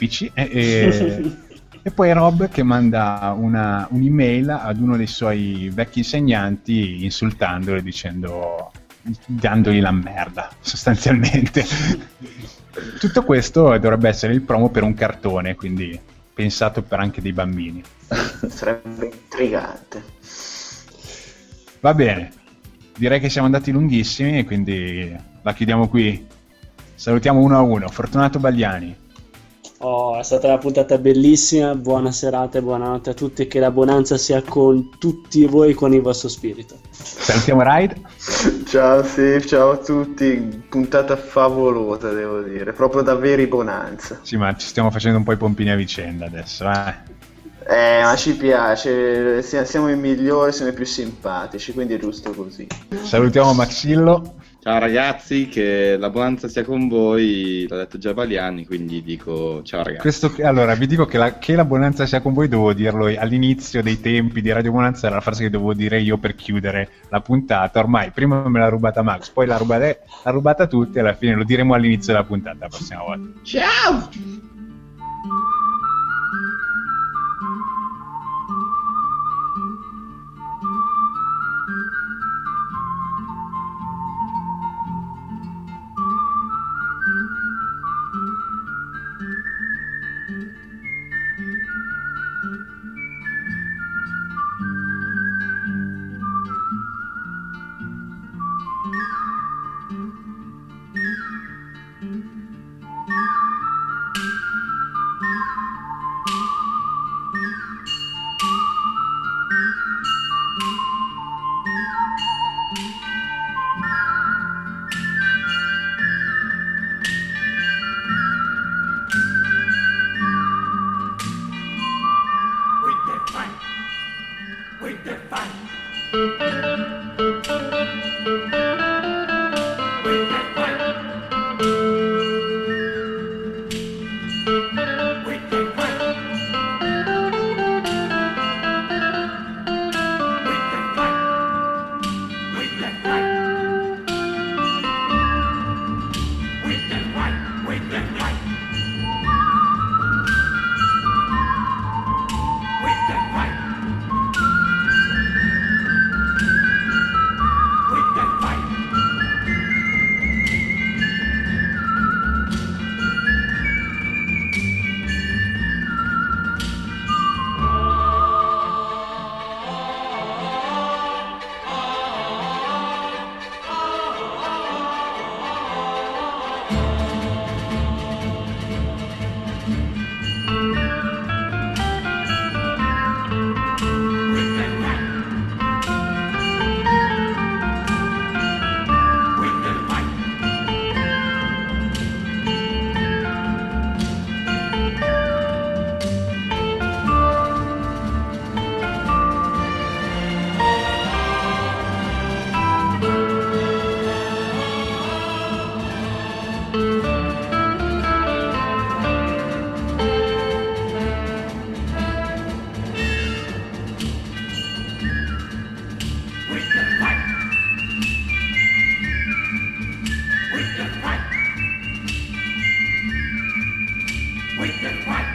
e poi Rob che manda un'email ad uno dei suoi vecchi insegnanti insultandolo e dandogli la merda sostanzialmente. Tutto questo dovrebbe essere il promo per un cartone, quindi pensato per anche dei bambini. Sarebbe intrigante. Va bene, direi che siamo andati lunghissimi, quindi la chiudiamo qui. Salutiamo 1-1. Fortunato Bagliani. È stata una puntata bellissima, buona serata e buonanotte a tutti, che la bonanza sia con tutti voi, con il vostro spirito. Salutiamo Raid. Ciao Steve, ciao a tutti, puntata favolosa devo dire, proprio da veri bonanza. Sì, ma ci stiamo facendo un po' i pompini a vicenda adesso, ma ci piace, siamo i migliori, siamo i più simpatici, quindi è giusto così. Salutiamo Maxillo. Ciao ragazzi, che la bonanza sia con voi, l'ha detto già Baliani, quindi dico ciao ragazzi. Allora, vi dico che la bonanza sia con voi, dovevo dirlo all'inizio dei tempi di Radio Bonanza, era la frase che dovevo dire io per chiudere la puntata. Ormai prima me l'ha rubata Max, poi l'ha rubata tutti e alla fine lo diremo all'inizio della puntata la prossima volta. Ciao! We can fight.